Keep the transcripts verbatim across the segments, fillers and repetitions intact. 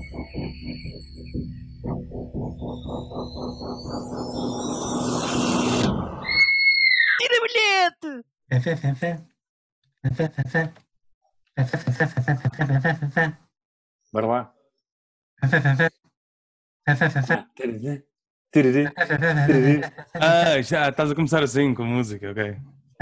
Tira bilhete! Bora lá. Ah, já estás a começar assim com música, ok.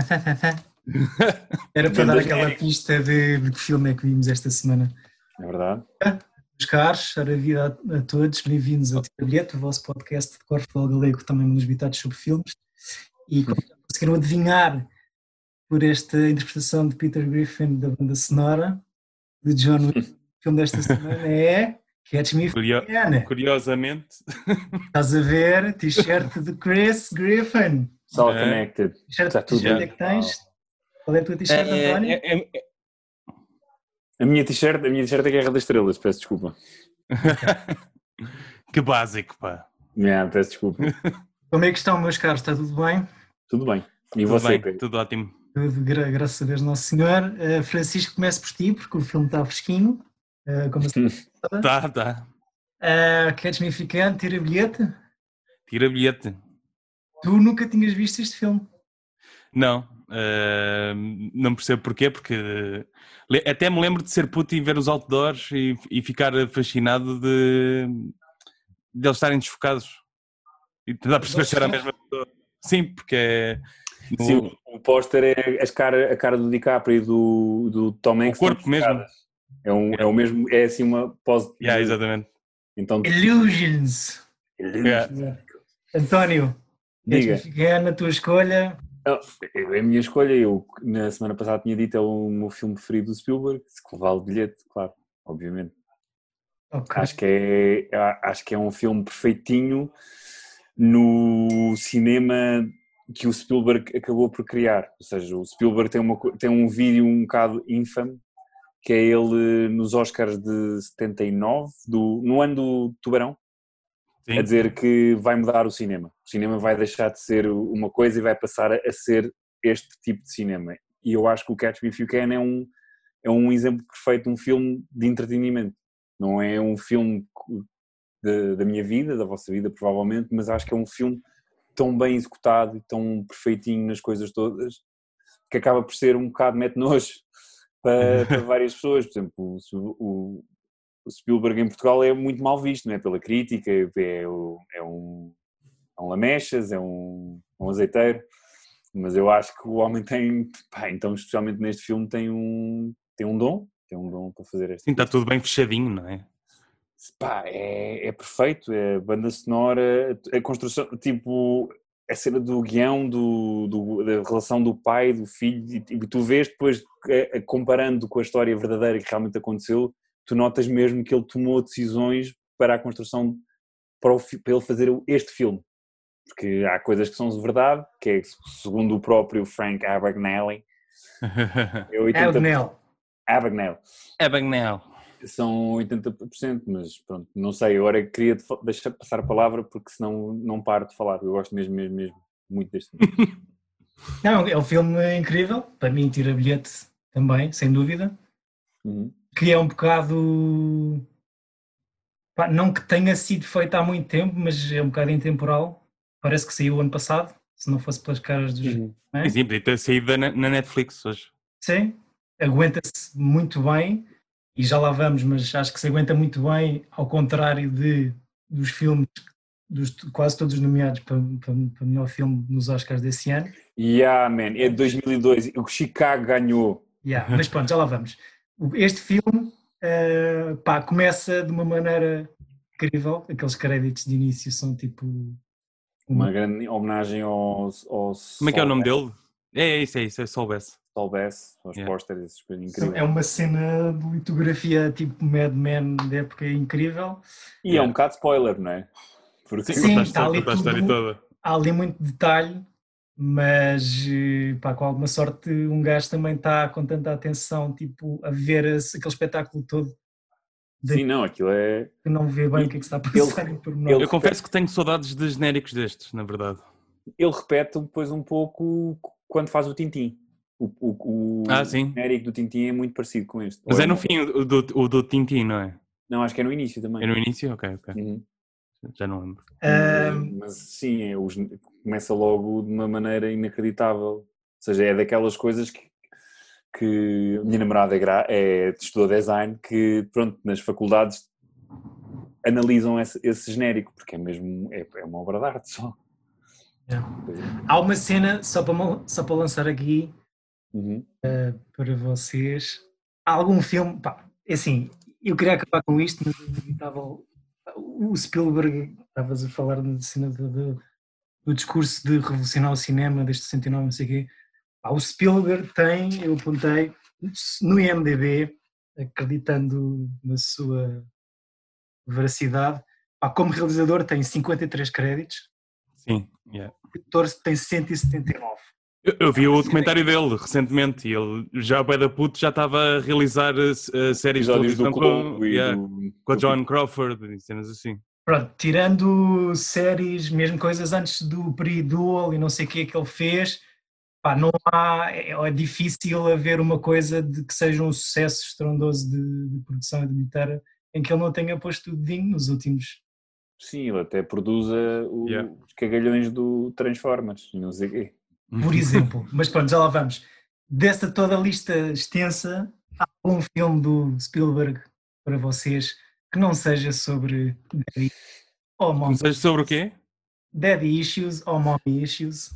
Era para dar aquela pista de, de que filme é que vimos esta semana. É verdade. Meus caros, ora vida a, a todos, bem-vindos ao Tira Bilhete, o vosso podcast de Corfball Galego, também nos habitados sobre filmes. E como já conseguiram adivinhar por esta interpretação de Peter Griffin da banda sonora de John Wick, o filme desta semana é Catch Me If You Can. Curiosamente. Estás a ver? T-shirt de Chris Griffin. It's all connected. T-shirt Está tudo é que tens? Qual é a tua t-shirt, É, António? é, é, é. A minha t-shirt, a minha t-shirt é Guerra das Estrelas, peço desculpa. Que básico, pá. Yeah, peço desculpa. Como é que estão, meus caros? Está tudo bem? Tudo bem. E Tudo você, bem, Pedro? tudo ótimo. Tudo, gra graças a Deus Nosso Senhor. Uh, Francisco, começo por ti, porque o filme está fresquinho. Uh, como assim? Tá, tá. Uh, Catch Me If You Can, tira bilhete. Tira bilhete. Tu nunca tinhas visto este filme? Não, uh, não percebo porquê, porque uh, até me lembro de ser puto e ver os outdoors e, e ficar fascinado de, de eles estarem desfocados e tentar perceber se era a mesma pessoa. Sim, porque é... No... Sim, o, o póster é as cara, a cara do DiCaprio e do, do Tom Hanks. O corpo mesmo. É, um, é o mesmo, é assim uma pose. Yeah, de... exatamente. Então... Illusions. Illusions. Yeah. António, diga. É na tua escolha. É a minha escolha. Eu na semana passada tinha dito é o meu filme preferido do Spielberg, que vale bilhete, claro, obviamente. Okay. Acho que é acho que é um filme perfeitinho no cinema que o Spielberg acabou por criar. Ou seja, o Spielberg tem, uma, tem um vídeo um bocado infame, que é ele nos Oscars de setenta e nove, do, no ano do Tubarão, Sim. a dizer que vai mudar o cinema. O cinema vai deixar de ser uma coisa e vai passar a ser este tipo de cinema. E eu acho que o Catch Me If You Can é um, é um exemplo perfeito de um filme de entretenimento. Não é um filme de, da minha vida, da vossa vida provavelmente, mas acho que é um filme tão bem executado e tão perfeitinho nas coisas todas, que acaba por ser um bocado mete-nojo para, para várias pessoas. Por exemplo, o, o, o Spielberg em Portugal é muito mal visto, não é? Pela crítica, é, o, é, um, é um lamechas, é um, um azeiteiro, mas eu acho que o homem tem, pá, então especialmente neste filme tem um, tem um dom, tem um dom para fazer este. Sim, está tudo bem fechadinho, não é? Pá, é, é perfeito, é banda sonora, a construção, tipo, a cena do guião, do, do, da relação do pai, do filho, e, e tu vês depois, comparando com a história verdadeira que realmente aconteceu, tu notas mesmo que ele tomou decisões para a construção, para, o, para ele fazer este filme. Porque há coisas que são de verdade, que é segundo o próprio Frank Abagnale. É oitenta por cento. Abagnale. Abagnale. São oitenta por cento, mas pronto, não sei, agora queria deixar passar a palavra porque senão não paro de falar, eu gosto mesmo, mesmo, mesmo, muito deste filme. Não, é um filme incrível, para mim tira bilhete também, sem dúvida, uhum. que é um bocado, pá, não que tenha sido feito há muito tempo, mas é um bocado intemporal, parece que saiu ano passado, se não fosse pelas caras dos... Uhum. É? Sim, podia ter saído na Netflix hoje. Sim, aguenta-se muito bem. E já lá vamos, mas acho que se aguenta muito bem, ao contrário de, dos filmes, dos, quase todos os nomeados para, para, para melhor filme nos Oscars desse ano. Yeah, man, é de dois mil e dois, o Chicago ganhou. Yeah, mas pronto, já lá vamos. Este filme uh, pá, começa de uma maneira incrível, aqueles créditos de início são tipo... Uma, uma grande homenagem aos... aos Como é que é o nome dele? É, é isso, é isso, é Saul Bass. Saul Bass, aos yeah. pósteres, essas coisas incríveis. É uma cena de litografia tipo Mad Men da época incrível. E yeah. é um bocado spoiler, não é? Porque sim, está ali tudo, há ali muito detalhe, mas pá, com alguma sorte um gajo também está com tanta atenção tipo, a ver esse, aquele espetáculo todo. Sim, não, aquilo é... Que não vê bem e, o que é que está a passar. Ele, ele eu repete... confesso que tenho saudades de genéricos destes, na verdade. Ele repete depois um pouco quando faz o Tintim. O, o, o ah, sim. genérico do Tintim é muito parecido com este. Mas Ou é no é fim o do, o do Tintim, não é? Não, acho que é no início também. É no início? Ok, ok. Uhum. Já não lembro. Um... Mas sim, é, os, começa logo de uma maneira inacreditável. Ou seja, é daquelas coisas que, que a minha namorada é, gra... é estudou design, que pronto, nas faculdades analisam esse, esse genérico, porque é mesmo, é, é uma obra de arte só. É. Há uma cena, só para, só para lançar aqui, uhum. uh, para vocês, há algum filme, pá, é assim, eu queria acabar com isto, mas é inevitável. O Spielberg, estavas a falar na cena do, do, do discurso de revolucionar o cinema desde sessenta e nove, não sei o quê. Pá, o Spielberg tem, eu apontei, no I M D B, acreditando na sua veracidade, pá, como realizador tem cinquenta e três créditos. Sim, yeah. O ator tem cento e setenta e nove. Eu, eu vi o documentário dele recentemente e ele já, bué da puto, já estava a realizar uh, séries de televisão com, yeah, do, com a John Crawford e cenas assim. Pronto, tirando séries, mesmo coisas antes do Pre-Duel e não sei o que é que ele fez, pá, não há, é, é difícil haver uma coisa de que seja um sucesso estrondoso de, de produção e de bilheteira em que ele não tenha posto o dedinho nos últimos. Sim, ele até produz os yeah. cagalhões do Transformers, não sei o quê. Por exemplo, mas pronto, já lá vamos. Dessa toda a lista extensa, há um filme do Spielberg para vocês que não seja sobre Daddy ou Mommy. Não seja sobre o quê? Daddy Issues ou Mommy Issues.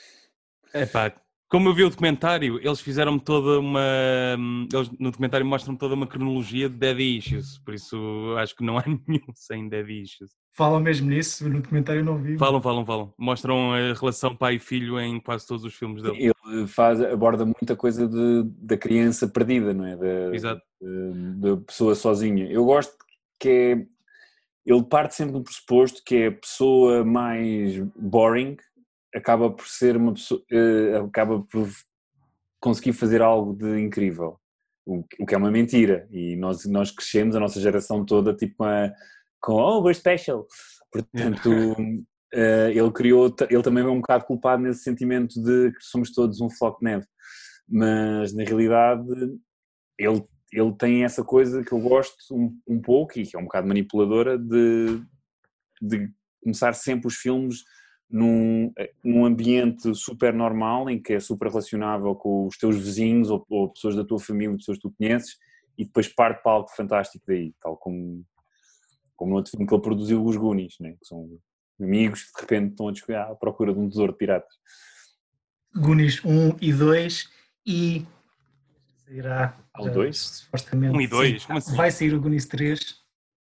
Epá, como eu vi o documentário, eles fizeram-me toda uma... Eles no documentário mostram-me toda uma cronologia de Daddy Issues, por isso acho que não há nenhum sem Daddy Issues. Falam mesmo nisso? No documentário não vi. Falam, falam, falam. Mostram a relação pai e filho em quase todos os filmes dele. Ele faz, aborda muita coisa de, da criança perdida, não é? Da, Exato. Da pessoa sozinha. Eu gosto que é... Ele parte sempre do pressuposto que é a pessoa mais boring acaba por ser uma pessoa... Uh, acaba por conseguir fazer algo de incrível. O, o que é uma mentira. E nós, nós crescemos, a nossa geração toda, tipo, a, com oh, we're special. Portanto... Yeah. Uh, ele criou, ele também é um bocado culpado nesse sentimento de que somos todos um floco de neve, mas na realidade ele, ele tem essa coisa que eu gosto um, um pouco e que é um bocado manipuladora de, de começar sempre os filmes num, num ambiente super normal em que é super relacionável com os teus vizinhos ou, ou pessoas da tua família, pessoas que tu conheces, e depois parte para algo fantástico daí, tal como, como no outro filme que ele produziu, os Goonies, né? Que são amigos que de repente estão a descobrir à procura de um tesouro de piratas. Goonies um e dois e sairá o dois? Supostamente. um e dois? Como assim? Vai sair o Goonies três.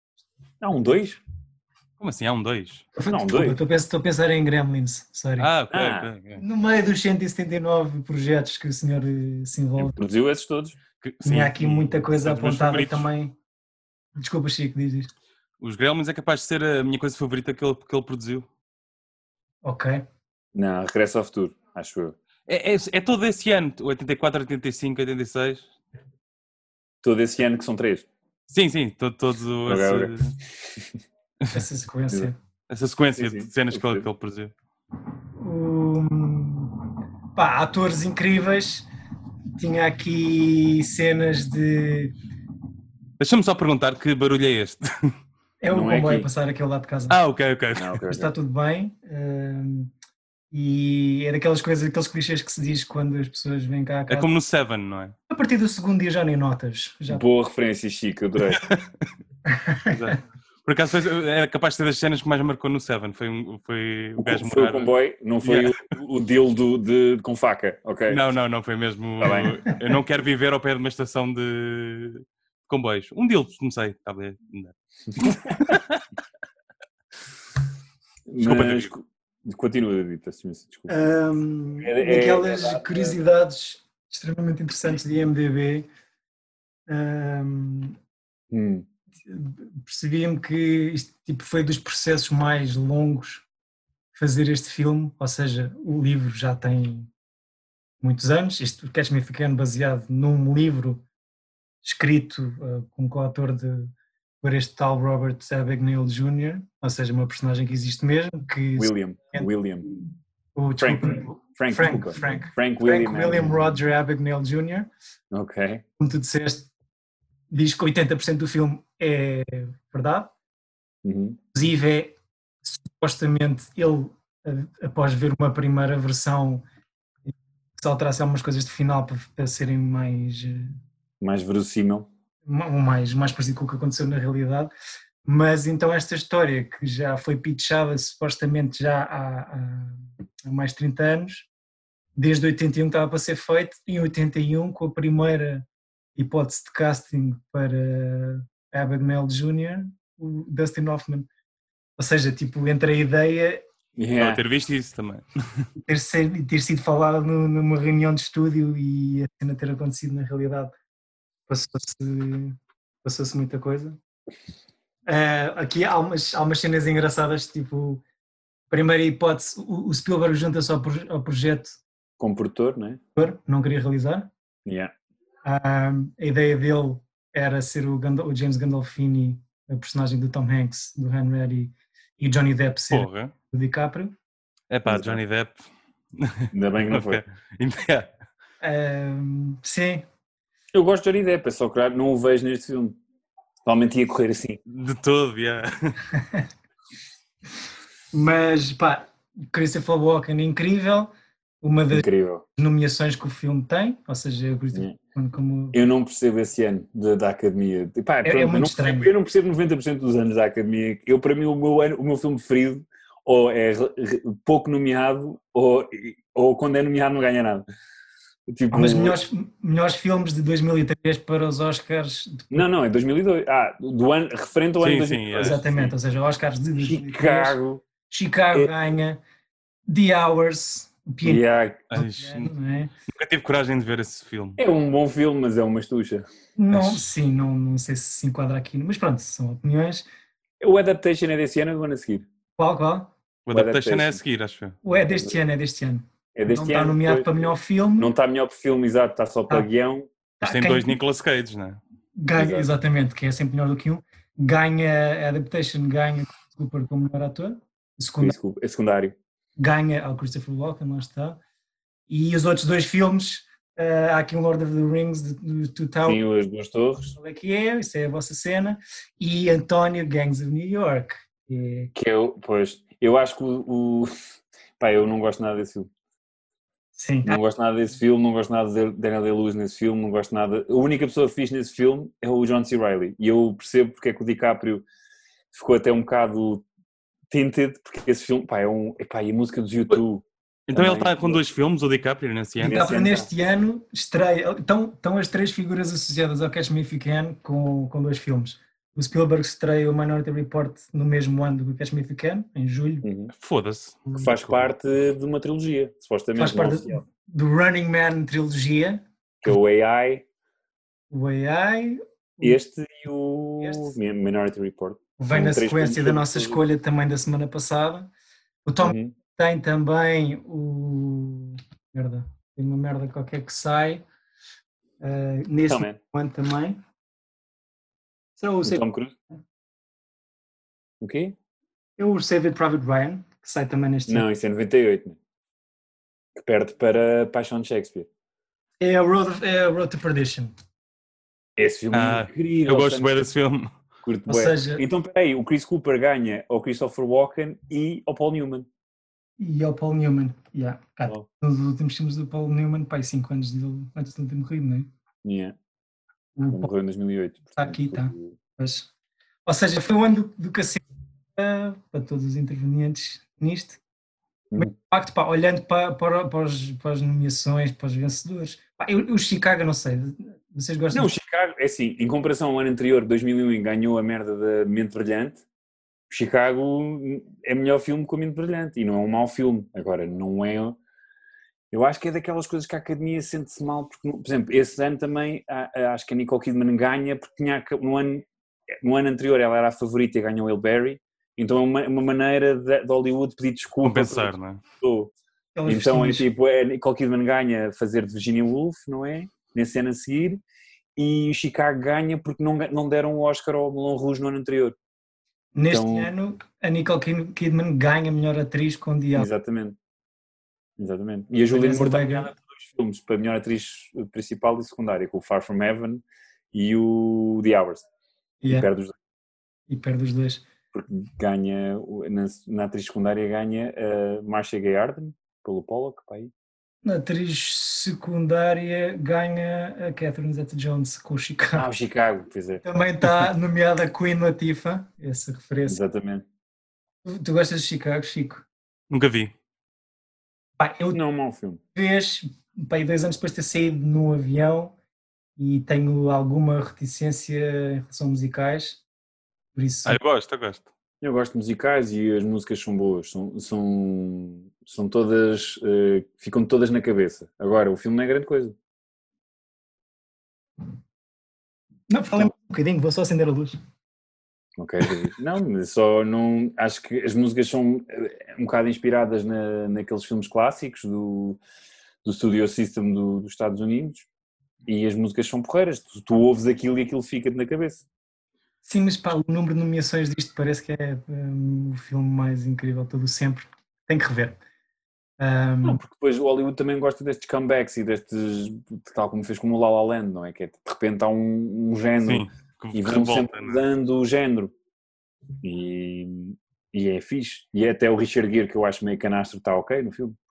Há um dois? Como assim? Há um dois? Não, um dois. Estou a, estou a pensar em Gremlins, sorry. Ah, ok. Ah. okay, okay. No meio dos cento e setenta e nove projetos que o senhor se envolve. Ele produziu esses todos. Que, Tinha aqui muita coisa apontada também. Favoritos. Desculpa, Chico, diz isto. Os Gremlins é capaz de ser a minha coisa favorita que ele, que ele produziu. Ok. Não, Regresso ao Futuro, acho eu. É, é, é todo esse ano, oitenta e quatro, oitenta e cinco, oitenta e seis. Todo esse ano que são três? Sim, sim, todo, todo okay, esse... okay. Essa sequência. Essa sequência sim, sim. de cenas que ele, que ele produziu. Um, pá, atores incríveis. Tinha aqui cenas de... Deixa-me só perguntar que barulho é este? É o Não comboio é a passar aqui ao lado de casa. Ah, ok, ok. Não, okay, está okay. tudo bem. Um, e é daquelas coisas, aqueles clichês que se diz quando as pessoas vêm cá a casa. É como no Seven, não é? A partir do segundo dia já nem notas. Já... Boa referência, Chico, adorei. Por acaso é capaz de ser das cenas que mais marcou no Seven. Foi, um, foi o, o gajo Foi morar... o comboio, não foi yeah. o, o dildo de, com faca, ok? Não, não, não, foi mesmo... Tá bem. Eu não quero viver ao pé de uma estação de comboios. Um dildo, não sei, talvez. Desculpa, Mas, continua, David, desculpa. Um, é, daquelas é, é, curiosidades extremamente interessantes de I M D B, um, hum. percebi-me que isto tipo, foi dos processos mais longos fazer este filme, ou seja, o livro já tem muitos anos, este Catch Me If You Can baseado num livro escrito uh, com o coautor de por este tal Robert Abagnale Júnior, ou seja, uma personagem que existe mesmo. Que William. Se... William. O, Frank, desculpa, Frank, Frank, Frank, Frank, Frank William, Frank William Roger Abagnale Júnior Ok. Como tu disseste, diz que oitenta por cento do filme é verdade. Uhum. Inclusive, é, supostamente, ele, após ver uma primeira versão, se alterasse algumas coisas de final para, para serem mais... Mais verossímil. Mais, mais parecido com o que aconteceu na realidade. Mas então esta história, que já foi pitchada supostamente já há, há, há mais de trinta anos, desde oitenta e um estava para ser feito, e em oitenta e um, com a primeira hipótese de casting para Abagnale júnior, o Dustin Hoffman. Ou seja, tipo, entre a ideia... Yeah. ter visto isso também. Ter, ser, ter sido falado no, numa reunião de estúdio e a cena ter acontecido na realidade. Passou-se, passou-se muita coisa. Uh, aqui há umas, há umas cenas engraçadas, tipo, primeira hipótese, o, o Spielberg junta-se ao, ao projeto como produtor, não é? Não queria realizar. Yeah. Uh, a ideia dele era ser o, Gandol, o James Gandolfini, a personagem do Tom Hanks, do Henry, e o Johnny Depp ser Porra. o DiCaprio. É pá, Johnny Depp. Ainda bem que não foi. uh, sim. Eu gosto de Johnny Depp, é só que não o vejo neste filme. Provavelmente ia correr assim. De todo, já. Yeah. Mas, pá, Christopher Walken é incrível. Uma das incrível. nomeações que o filme tem, ou seja, Christopher Walken como... Eu não percebo esse ano da, da Academia. Pá, é, pronto, é muito eu, não estranho. percebo, eu não percebo noventa por cento dos anos da Academia. Eu, para mim, o meu, ano, o meu filme preferido ou é pouco nomeado ou, ou quando é nomeado não ganha nada. Tipo, ah, mas melhores, melhores filmes de dois mil e três para os Oscars... Depois... Não, não, é dois mil e dois. Ah, do ano, referente ao sim, ano dois mil e dois. Sim, exatamente, sim. Ou seja, Oscars de dois mil e três. Chicago. Chicago é... ganha. The Hours. O pianista. Yeah. Não é? Nunca tive coragem de ver esse filme. É um bom filme, mas é uma estucha. Não, sim, não, não sei se se enquadra aqui, mas pronto, são opiniões. O Adaptation é desse ano ou do ano a seguir? Qual, qual? O Adaptation, o Adaptation é a seguir, acho. O é deste ano, é deste ano. É deste não ano, está nomeado depois... para melhor filme. Não está melhor para filme, exato, está só para ah. guião. Mas tem Quem... dois Nicolas Cage, não é? Ganha, exato. Exatamente, que é sempre melhor do que um. Ganha, a Adaptation ganha Cooper como melhor ator. Secundário. É secundário. Ganha ao Christopher Walken, lá está. E os outros dois filmes, uh, há aqui um Lord of the Rings, de Two Towers. Sim, as duas torres. Qual é que é? Isso é a vossa cena. E António, Gangs of New York. É... Que eu, pois, eu acho que o... o... Pá, eu não gosto nada desse filme. Sim. Não gosto nada desse filme, não gosto nada de Daniel Day-Lewis nesse filme, não gosto nada... A única pessoa que fiz nesse filme é o John C. Reilly. E eu percebo porque é que o DiCaprio ficou até um bocado tinted, porque esse filme, pá, é um... Epá, e a música dos YouTube... Então também. Ele está com dois filmes, o DiCaprio, nesse ano? O DiCaprio neste ano estreia... Estão, estão as três figuras associadas ao Catch Me If You Can com, com dois filmes. O Spielberg estreia o Minority Report no mesmo ano do Catch Me If You Can, em julho. Uhum. Foda-se. Que faz parte de uma trilogia, supostamente. Faz parte do, do Running Man trilogia. Que é o A I. O A I. Este e o este. Minority Report. Vem na sequência da nossa escolha também da semana passada. O Tom uhum. tem também o... Merda. Tem uma merda qualquer que sai. Uh, nesse ano também. Será o, o Tom Cruise? O quê? É o Saved Private Ryan, que sai também neste Não, ano. isso é noventa e oito, né? Que perde para Paixão de Shakespeare. É a Road, é a Road to Perdition. Esse filme ah, é incrível. Eu gosto bem desse filme. Curto Ou bué. Seja... Então, peraí, o Chris Cooper ganha ao Christopher Walken e ao Paul Newman. E ao Paul Newman, yeah. Cá, oh. Nos últimos filmes do Paul Newman, pai, cinco anos dele, antes de ele ter morrido, não é? Yeah. Ele morreu em dois mil e oito. Está aqui, está. Mas... Ou seja, foi o ano do, do cacete uh, para todos os intervenientes nisto. Hum. Mas, de facto, pá, olhando para, para, para, os, para as nomeações, para os vencedores, pá, eu, o Chicago, não sei, vocês gostam? Não, de... o Chicago, é assim, em comparação ao ano anterior, dois mil e um, ganhou a merda da Mente Brilhante. O Chicago é melhor filme que a Mente Brilhante e não é um mau filme. Agora, não é... Eu acho que é daquelas coisas que a Academia sente-se mal, porque, por exemplo, esse ano também, acho que a Nicole Kidman ganha, porque tinha, no, ano, no ano anterior ela era a favorita e ganhou o Halle Berry, então é uma, uma maneira de, de Hollywood pedir desculpa. Compensar, não é? Então é tipo, é, a Nicole Kidman ganha a fazer de Virginia Woolf, não é? Nesse ano a seguir, e o Chicago ganha porque não, não deram o Oscar ao Moulin Rouge no ano anterior. Neste então, ano, a Nicole Kidman ganha melhor atriz com o Diabo. Exatamente. Exatamente. E a Julianne Moore está nomeada para dois filmes, para melhor atriz principal e secundária, com o Far From Heaven e o The Hours. Yeah. E perde os dois. E perde os dois. Porque ganha, na, na atriz secundária ganha a Marcia Gay Harden, pelo Pollock, pá aí. Na atriz secundária ganha a Catherine Zeta-Jones com o Chicago. Ah, o Chicago, pois é. Também está nomeada Queen Latifah, essa referência. Exatamente. Tu, tu gostas de Chicago, Chico? Nunca vi. Pá, eu Não é um mau filme. vez, pá, dois anos depois de ter saído num avião e tenho alguma reticência em relação a musicais, por isso... Ah, eu gosto, eu gosto. Eu gosto de musicais e as músicas são boas, são, são, são todas, uh, ficam todas na cabeça. Agora, o filme não é grande coisa. Não, falei um bocadinho, vou só acender a luz. Ok, não, só não, acho que as músicas são um bocado inspiradas na, naqueles filmes clássicos do, do Studio System do, dos Estados Unidos e as músicas são porreiras, tu, tu ouves aquilo e aquilo fica-te na cabeça. Sim, mas pá, o número de nomeações disto parece que é um, o filme mais incrível todo sempre. Tem que rever. Um... Não, porque depois o Hollywood também gosta destes comebacks e destes, tal como fez com o La La Land, não é? Que é, de repente há um, um género. Sim, que, e vão revolta, sempre mudando o género. E, e é fixe. E até o Richard Gere, que eu acho meio canastro, está ok no filme.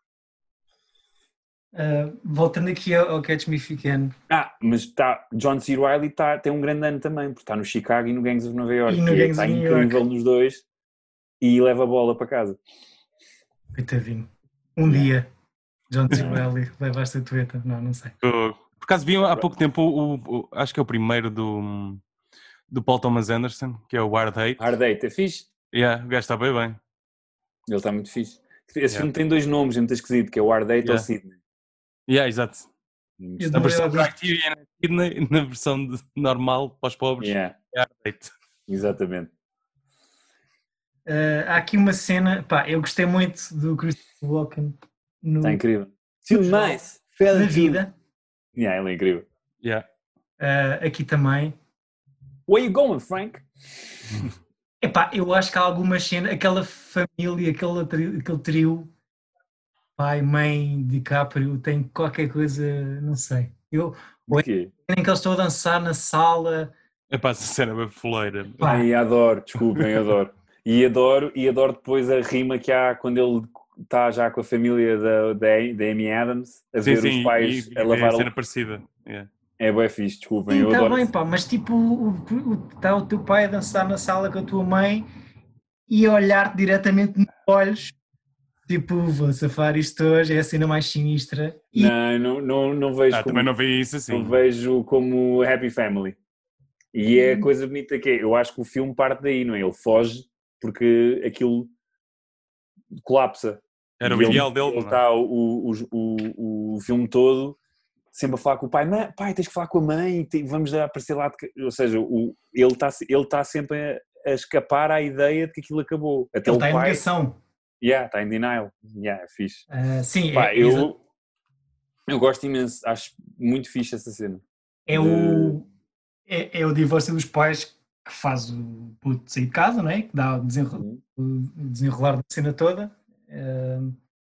Uh, voltando aqui ao, ao Catch Me If You Can. Ah, mas tá, John C. Reilly tá, tem um grande ano também, porque está no Chicago e no Gangs of Nova York. E no Gangs está of New incrível York. nos dois e leva a bola para casa. Coitadinho. Um yeah. dia, John C. Reilly leva a estatueta. Não, não sei. Por acaso vi há pouco tempo, o, o, o, acho que é o primeiro do, do Paul Thomas Anderson, que é o Hard Eight. Hard Eight, é fixe? Yeah, o gajo está bem bem. Ele está muito fixe. Esse yeah. filme tem dois nomes, muito esquisito, que é o Hard Eight yeah. ou Sydney. Yeah, exato. Na na versão Criterion é Sydney, na versão de, normal para os pobres yeah. é Hard Eight. Exatamente. Uh, há aqui uma cena, pá, eu gostei muito do Christopher Walken. No... Está incrível. Filme mais. Na vida. Yeah, ele é incrível. Yeah. Uh, aqui também. Where you going, Frank? Epá, eu acho que há algumas cenas, aquela família, aquele trio, aquele trio, pai, mãe, DiCaprio, tem qualquer coisa, não sei. Eu, o quê? Em que eles estão a dançar na sala. Epá, essa cena é uma foleira. Ai, adoro, desculpem, adoro. E adoro, e adoro depois a rima que há quando ele está já com a família da, da, da Amy Adams a sim, ver sim, os pais e, a lavar é a cena parecida. Yeah. É bem fixe, desculpem, sim, eu tá adoro. Bem, pá, mas tipo, está o, o teu pai a dançar na sala com a tua mãe e a olhar-te diretamente nos olhos, tipo, vou safar isto hoje, é a cena mais sinistra. E... Não, não, não, não vejo ah, como... também não vejo isso assim. Não vejo como Happy Family. E é a coisa bonita que é, eu acho que o filme parte daí, não é? Ele foge porque aquilo colapsa. Era o ideal dele. Ele está o, o, o, o filme todo sempre a falar com o pai, mas, pai, tens que falar com a mãe, vamos aparecer lá. De... Ou seja, o, ele está ele tá sempre a, a escapar à ideia de que aquilo acabou. Até ele o está pai... em negação. Yeah, está em denial. Yeah, é fixe. Uh, sim, Pá, é, eu, eu gosto imenso, acho muito fixe essa cena. É, de... o, é, é o divórcio dos pais que faz o puto sair de casa, não é? Que dá o desenrolar, o desenrolar da cena toda. Uh,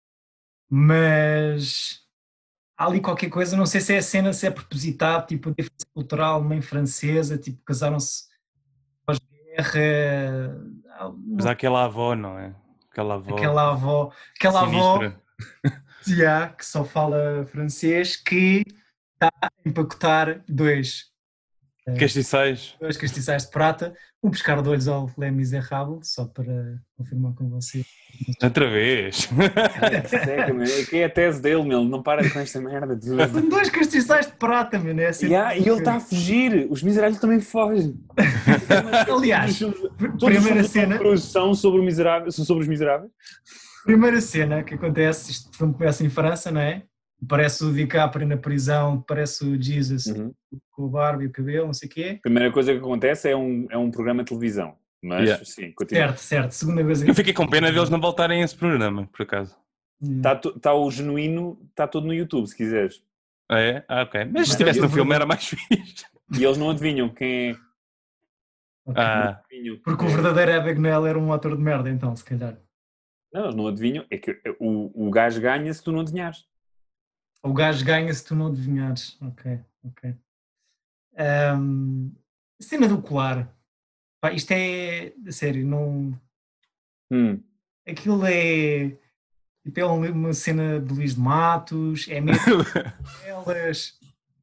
mas há ali qualquer coisa, não sei se é a cena, se é propositado, tipo a diferença cultural, mãe francesa, tipo casaram-se pós-guerra. Mas há aquela avó, não é? Aquela avó. Aquela avó, aquela avó yeah, que só fala francês, que está a empacotar dois castiçais. Dois castiçais de prata, um pescar de olhos ao Les Miserables, só para confirmar com você. Outra vez. É que é a tese dele, meu, não para com esta merda. São dois castiçais de prata, meu, é assim. Yeah, e ele está a fugir, os miseráveis também fogem. Aliás, todos primeira os cena são sobre, o miserável, são sobre os miseráveis. Primeira cena que acontece, isto começa em França, não é? Parece o DiCaprio na prisão, parece o Jesus uhum. com o barba e o cabelo, não sei o quê. A primeira coisa que acontece é um, é um programa de televisão, mas yeah. sim, continua. Certo, certo. Segunda coisa que... Eu fiquei com pena deles não voltarem a esse programa, por acaso. Está yeah. tá o genuíno, está todo no YouTube, se quiseres. Ah, é? Ah, ok. Mas se estivesse no filme vou... era mais fixe. E eles não adivinham quem é. Okay. Ah. Porque o verdadeiro Abagnale era um ator de merda, então, se calhar. Não, eles não adivinham. É que o, o gajo ganha se tu não adivinhares. O gajo ganha se tu não adivinhares. Ok, ok. Um, cena do colar. Pá, isto é, sério, não... Hum. Aquilo é... Tipo, é uma cena de Luís de Matos, é mesmo elas...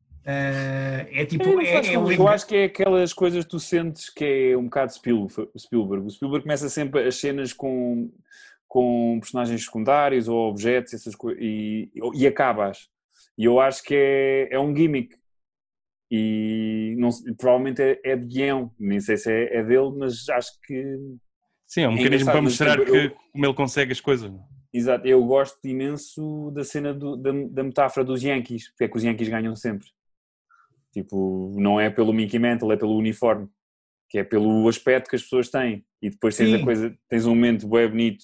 Uh, é tipo, é, é eu, eu acho que é aquelas coisas que tu sentes que é um bocado Spielberg. O Spielberg começa sempre as cenas com, com personagens secundários ou objetos essas coisas, e, e acabas. E eu acho que é, é um gimmick. E não, provavelmente é, é de guião, nem sei se é, é dele, mas acho que... Sim, é um é mecanismo para mostrar eu, que, como ele consegue as coisas. Exato, eu gosto imenso da cena do, da, da metáfora dos Yankees, porque é que os Yankees ganham sempre. Tipo, não é pelo Mickey Mantle, é pelo uniforme, que é pelo aspecto que as pessoas têm. E depois tens a coisa, tens um momento bem bonito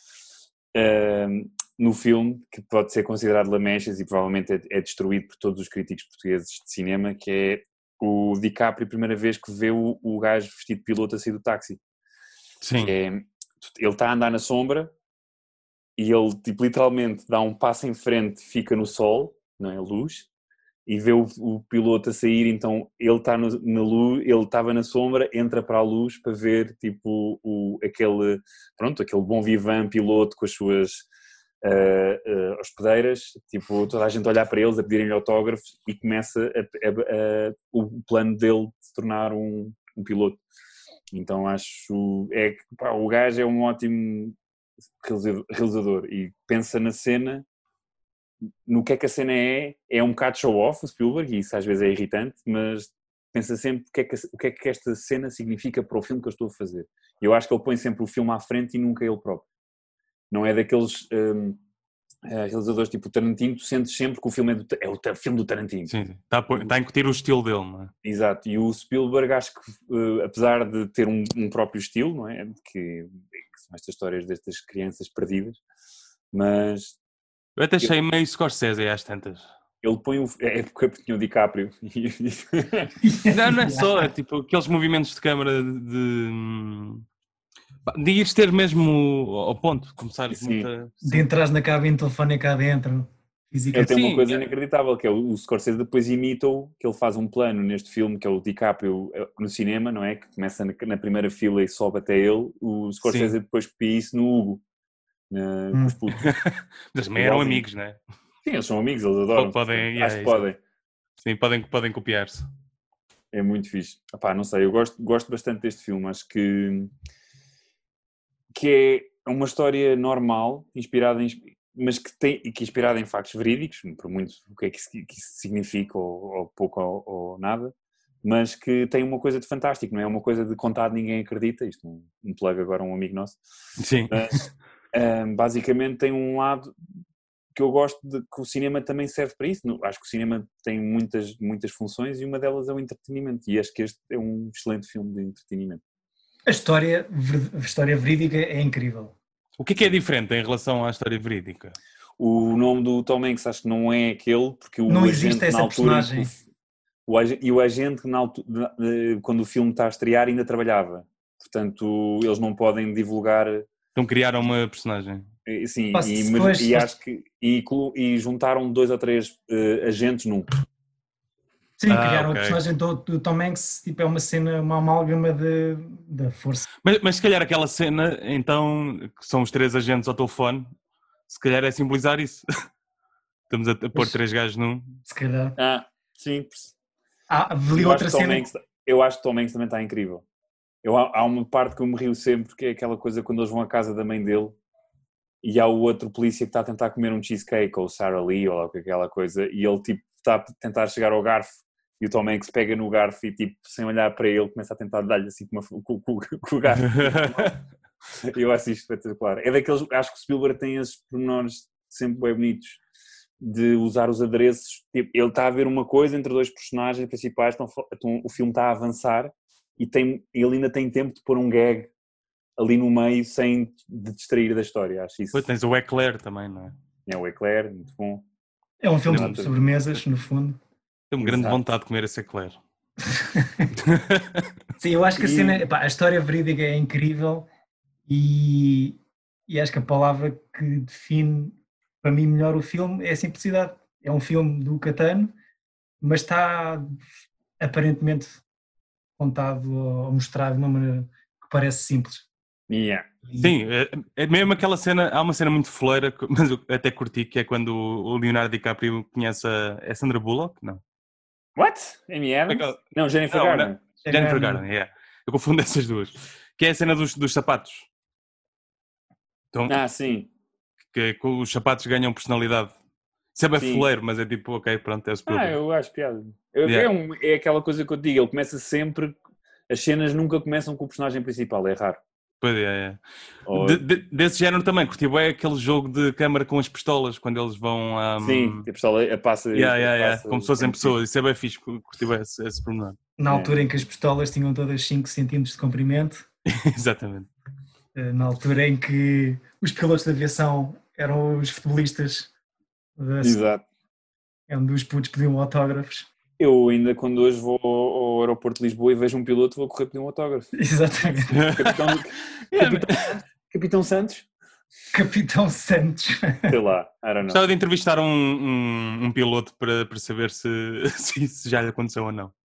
uh, no filme, que pode ser considerado lamechas e provavelmente é, é destruído por todos os críticos portugueses de cinema, que é o DiCaprio, a primeira vez que vê o, o gajo vestido de piloto a sair do táxi. Sim. Que é, ele está a andar na sombra e ele, tipo, literalmente dá um passo em frente, fica no sol, não é, luz, e vê o, o piloto a sair, então ele está na luz, ele estava na sombra, entra para a luz para ver, tipo, o, aquele, pronto, aquele bom vivan piloto com as suas uh, uh, hospedeiras, tipo, toda a gente a olhar para eles, a pedirem-lhe autógrafos, e começa a, a, a, o plano dele de se tornar um, um piloto. Então acho, é que pá, o gajo é um ótimo realizador e pensa na cena, no que é que a cena é, é um bocado show-off o Spielberg, e isso às vezes é irritante, mas pensa sempre o que, é que, o que é que esta cena significa para o filme que eu estou a fazer. Eu acho que ele põe sempre o filme à frente e nunca ele próprio. Não é daqueles um, realizadores tipo Tarantino, tu sentes sempre que o filme é, do, é o filme do Tarantino. Sim, está a, está a incutir o estilo dele, não é? Exato, e o Spielberg acho que, uh, apesar de ter um, um próprio estilo, não é? Que, que são estas histórias destas crianças perdidas, mas... Eu até achei meio Scorsese às tantas. Ele põe o... É porque tinha o DiCaprio. Não, não é só, é tipo aqueles movimentos de câmara de... de ires ter mesmo ao ponto, começar muita... De entrar na cabine telefónica cá dentro. Ele tem uma coisa inacreditável, que é o Scorsese depois imita-o, que ele faz um plano neste filme, que é o DiCaprio no cinema, não é? Que começa na primeira fila e sobe até ele. O Scorsese Sim. depois copia isso no Hugo, na, hum. com os putos. Mas também eram amigos, não é? Sim, eles são amigos, eles adoram. Podem, Acho é, que podem. Sim, podem, podem copiar-se. É muito fixe. Epá, não sei, eu gosto, gosto bastante deste filme, acho que, que é uma história normal, inspirada em... mas que, tem, que é inspirada em factos verídicos, por muito o que é que isso, que isso significa, ou, ou pouco ou, ou nada, mas que tem uma coisa de fantástico, não é uma coisa de contado ninguém acredita, isto um, um plug agora um amigo nosso. Sim. Mas um, basicamente tem um lado que eu gosto de que o cinema também serve para isso. Acho que o cinema tem muitas, muitas funções e uma delas é o entretenimento, e acho que este é um excelente filme de entretenimento. A história, a história verídica é incrível. O que é que é diferente em relação à história verídica? O nome do Tom Hanks acho que não é aquele, porque o não agente existe essa na altura personagem. O, o, e o agente na altura, quando o filme está a estrear ainda trabalhava, portanto eles não podem divulgar. Então criaram uma personagem. Sim, Posso, e, depois, e acho que e, e juntaram dois ou três uh, agentes num. Sim, ah, criaram okay. a personagem do, do Tom Hanks, tipo, é uma cena, uma amálgama de, da força. Mas, mas se calhar aquela cena, então, que são os três agentes ao telefone, se calhar é simbolizar isso. Estamos a, a pôr Mas, três gajos num. Se calhar. Ah, sim. Ah, vi eu, outra acho cena. Hanks, eu acho que Tom Hanks também está incrível. Eu, há uma parte que eu me rio sempre, que é aquela coisa quando eles vão à casa da mãe dele e há o outro polícia que está a tentar comer um cheesecake, ou Sarah Lee, ou aquela coisa, e ele tipo está a tentar chegar ao garfo, e o Tom Hanks pega no garfo e tipo, sem olhar para ele, começa a tentar dar-lhe assim com, uma, com, com, com o garfo. Eu acho isto espetacular. É daqueles, acho que o Spielberg tem esses pormenores sempre bem bonitos, de usar os adereços, tipo, ele está a ver uma coisa entre dois personagens principais, então, então, o filme está a avançar, e tem, ele ainda tem tempo de pôr um gag ali no meio sem de distrair da história, acho isso. Pois tens o Eclair também, não é? É o Eclair, muito bom. É um filme sobre sobremesas, no fundo. Tenho grande vontade de comer esse Eclair. Sim, eu acho que a cena, epá, a história verídica é incrível e, e acho que a palavra que define para mim melhor o filme é a simplicidade. É um filme do Catano, mas está aparentemente contado ou mostrado de uma maneira que parece simples. Yeah. Sim, é, é mesmo aquela cena, há uma cena muito foleira, mas eu até curti, que é quando o Leonardo DiCaprio conhece a, é Sandra Bullock? Não. What? Amy Adams? Aquela- Não, Jennifer Não, Garner. não. Jennifer Garner, yeah. Eu confundo essas duas. Que é a cena dos, dos sapatos. Então, Ah, sim. que, que os sapatos ganham personalidade. Isso é bem Sim. foleiro, mas é tipo, ok, pronto, é o Ah, Spielberg. eu acho piada. Eu- Yeah. é, um- é aquela coisa que eu te digo, ele começa sempre, as cenas nunca começam com o personagem principal, é raro. Pois é, é. Ou- De- de- desse género também, curti bem aquele jogo de câmara com as pistolas, quando eles vão... Um... Sim, a pistola a passa, Yeah, yeah, a yeah. passa- Como se fossem pessoas, isso é bem fixe, curti bem esse, esse pormenor. Na É. altura em que as pistolas tinham todas cinco centímetros de comprimento, Exatamente. eh, na altura em que os pilotos de aviação eram os futebolistas, da- Exato. onde os putos pediam autógrafos. Eu ainda quando hoje vou ao ao aeroporto de Lisboa e vejo um piloto vou correr pedir um autógrafo. Exatamente. Capitão, Capitão, Capitão Santos? Capitão Santos. Sei lá, I don't know. Gostava de entrevistar um, um, um piloto para, para saber se, se isso já lhe aconteceu ou não.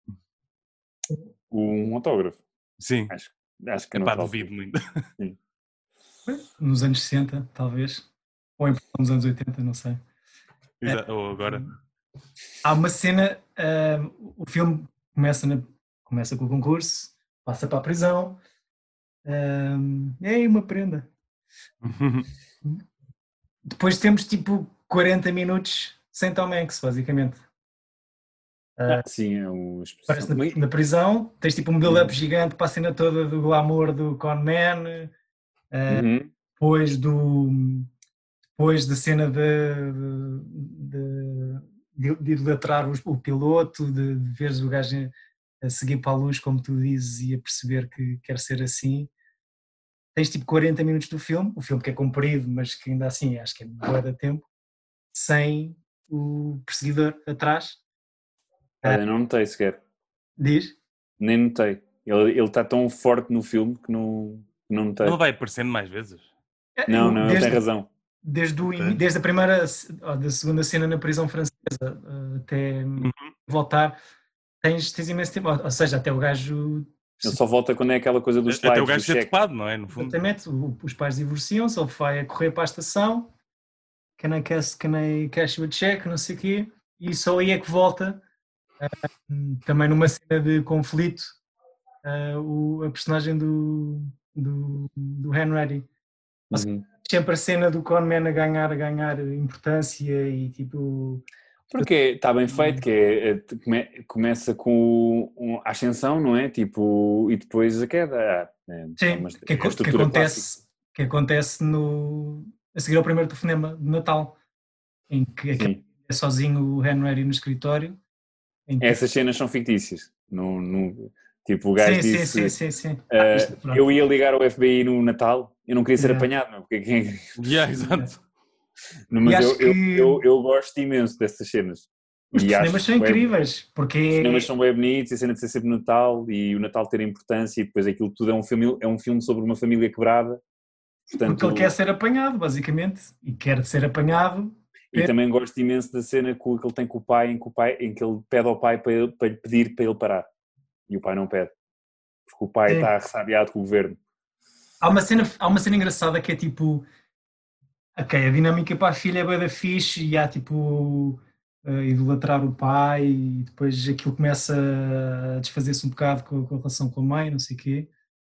Um autógrafo. Sim. Acho, acho que Epá, não. duvido muito. Nos anos sessenta, talvez. Ou em nos anos oitenta, não sei. Exato. Ou agora. Há uma cena, ah, o filme começa, na- começa com o concurso, passa para a prisão, ah, e aí uma prenda. Depois temos tipo quarenta minutos sem Tom Hanks, basicamente. Ah, sim, é um Parece na, expressão. na prisão, tens tipo um build-up Uhum. gigante para a cena toda do glamour do Con Man, ah, Uhum. depois, do, depois da cena de, de, de, de idolatrar o, o piloto, de, de veres o gajo a seguir para a luz, como tu dizes, e a perceber que quer ser assim. Tens tipo quarenta minutos do filme, o filme que é comprido, mas que ainda assim acho que é bué de tempo, sem o perseguidor atrás. Olha, não notei sequer. Diz? Nem notei. Ele ele está tão forte no filme que não, que não notei. Ele vai aparecendo mais vezes. Não, Eu, não, ele desde, tem razão. Desde, o, Ok. desde a primeira, ó, da segunda cena na prisão francesa uh, até Uhum. voltar, tens, tens imenso tempo, ou seja, até o gajo. Ele só volta quando é aquela coisa dos slides, Até o do gajo ser cheque. topado, não é? No fundo. Exatamente, o- os pais divorciam-se, ele vai a correr para a estação, can I cash, can I cash you a check, não sei o quê, e só aí é que volta, uh, também numa cena de conflito, uh, o, a personagem do, do, do Henry. Uhum. Sempre a cena do Conman a ganhar, a ganhar importância e tipo. Porque está bem feito, que é, é, come- começa com um- a ascensão, não é? Tipo, e depois a queda. Ah, é, Sim, é uma- que, é a que estrutura clássica. acontece, que acontece no, a seguir ao primeiro telefonema de Natal, em que Sim. é sozinho o Henry no escritório. Em que... Essas cenas são fictícias. Não, não, tipo, o gajo sim, sim, disse: sim, sim, sim. ah, Ah, isto, pronto. eu ia ligar ao F B I no Natal, eu não queria ser Yeah. apanhado, não, porque quem... Yeah, exato. Não, mas E eu, acho eu, que- eu, eu gosto imenso dessas cenas. Os E telefonemas acho são bué- incríveis, porque Os cinemas são bem bonitos, e a cena de ser sempre Natal e o Natal ter importância e depois aquilo tudo é um filme, é um filme sobre uma família quebrada. Portanto, porque ele quer ser apanhado, basicamente, e quer ser apanhado. e também gosto imenso da cena que ele tem com o pai, em que, o pai, em que ele pede ao pai para, ele, para lhe pedir para ele parar. E o pai não pede. Porque o pai Sim. está ressabiado com o governo. Há uma cena, há uma cena engraçada que é tipo, ok, a dinâmica para a filha é bué da fixe e há tipo uh, idolatrar o pai e depois aquilo começa a desfazer-se um bocado com, com a relação com a mãe, não sei o quê.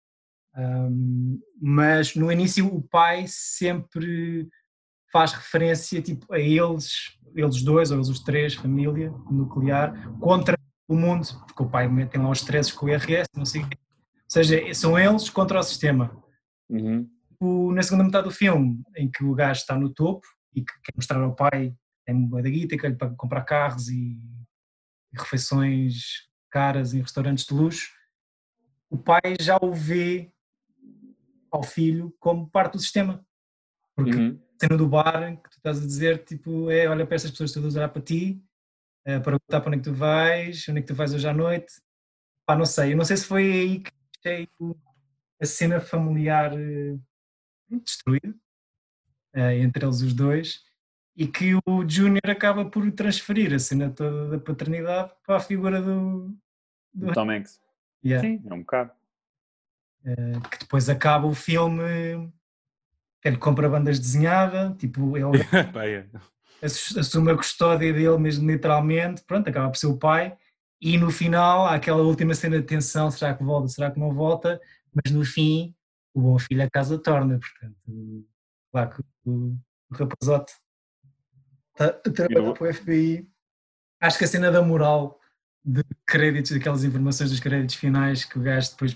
Um, mas no início o pai sempre faz referência tipo, a eles, eles dois ou eles os três, família nuclear, contra o mundo, porque o pai tem lá os stresses com o I R S, não sei o quê. Ou seja, são eles contra o sistema. Uhum. O, na segunda metade do filme, em que o gajo está no topo e que quer mostrar ao pai tem uma da guita, quer para comprar carros e, e refeições caras em restaurantes de luxo, o pai já o vê ao filho como parte do sistema. Porque Uhum. a cena do bar que tu estás a dizer, tipo, é olha para essas pessoas todas a olhar para ti, é, para perguntar para onde é que tu vais, onde é que tu vais hoje à noite. Pá, não sei, eu não sei se foi aí que achei a cena familiar eh, destruída, eh, entre eles os dois, e que o Júnior acaba por transferir a cena toda da paternidade para a figura do, do Tom Hanks. Yeah. Sim, é um bocado. Uh, que depois acaba o filme, ele compra bandas desenhada, tipo, ele assume a custódia dele mesmo literalmente, pronto, acaba por ser o pai, e no final há aquela última cena de tensão, será que volta, será que não volta, mas no fim o bom filho a casa torna, portanto, claro que o, o rapazote está a trabalhar para o F B I. Acho que a cena da moral de créditos, daquelas informações dos créditos finais que o gajo depois,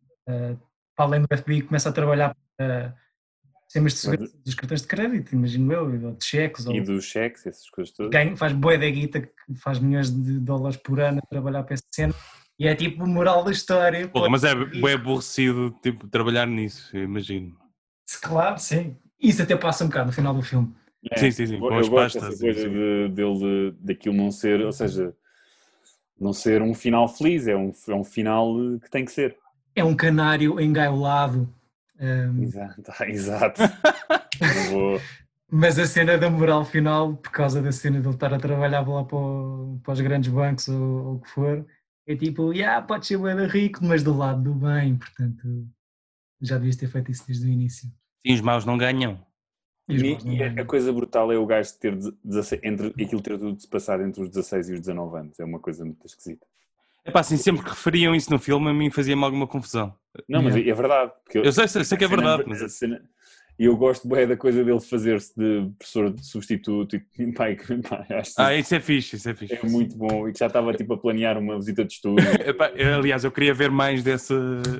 uh, para além do F B I, começa a trabalhar para sistemas de segurança dos cartões de crédito, imagino eu, ou de cheques. E ou, dos cheques, essas coisas todas. Ganha, faz bué da guita, que faz milhões de dólares por ano a trabalhar para essa cena, e é tipo moral da história. Porra, mas é bem aborrecido tipo, trabalhar nisso, imagino. Claro, sim. Isso até passa um bocado no final do filme. É, sim, sim, sim. Eu, eu gosto dessa coisa de, dele, daquilo não ser, ou seja, não ser um final feliz, é um, é um final que tem que ser. É um canário engaiolado. Um... Exato, exato. vou... Mas a cena da moral final, por causa da cena de ele estar a trabalhar lá para, o, para os grandes bancos ou, ou o que for, é tipo, yeah, pode ser bem rico, mas do lado do bem, portanto, já devias ter feito isso desde o início. Sim, os maus não ganham. E, e, e a coisa brutal é o gajo ter dezasseis, entre, aquilo ter tudo se passado entre os dezasseis e os dezanove anos. É uma coisa muito esquisita. É pá, assim, sempre que referiam isso no filme, a mim fazia-me alguma confusão. Não, mas yeah. é verdade. Eu, eu sei, sei, sei que é verdade. Mas... E eu gosto bem da coisa dele fazer-se de professor de substituto. E, pai, pai, acho ah, isso é fixe, isso é fixe. É muito bom. E que já estava tipo a planear uma visita de estudo. Epá, aliás, eu queria ver mais dessa...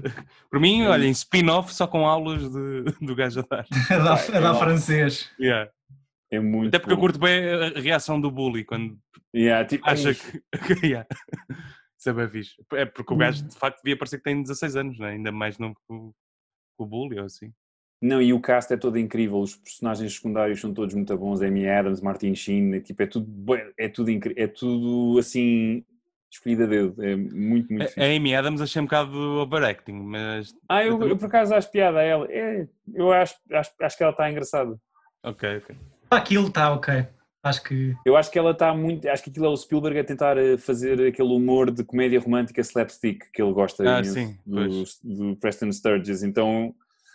Por mim, olha, em spin-off só com aulas de, do gajo a dar. A dar, a dar francês. Yeah. É muito Até porque bom. eu curto bem a reação do bully quando yeah, tipo, acha que... yeah. Isso é bem fixe. É porque o gajo de facto devia parecer que tem dezasseis anos, né? Ainda mais novo que o, que o bully ou assim. Não, e o cast é todo incrível, os personagens secundários são todos muito bons, Amy Adams, Martin Sheen, é, tipo, é tudo é tudo, é tudo assim escolhido a dedo, é muito, muito a, fixe. A Amy Adams achei um bocado overacting, mas... Ah, eu, eu por acaso acho piada a ela, é, eu acho, acho, acho que ela está engraçada. Ok, ok. Aquilo está ok, acho que... Eu acho que ela está muito, acho que aquilo é o Spielberg a tentar fazer aquele humor de comédia romântica slapstick, que ele gosta ah, imenso sim, do, do Preston Sturges, então...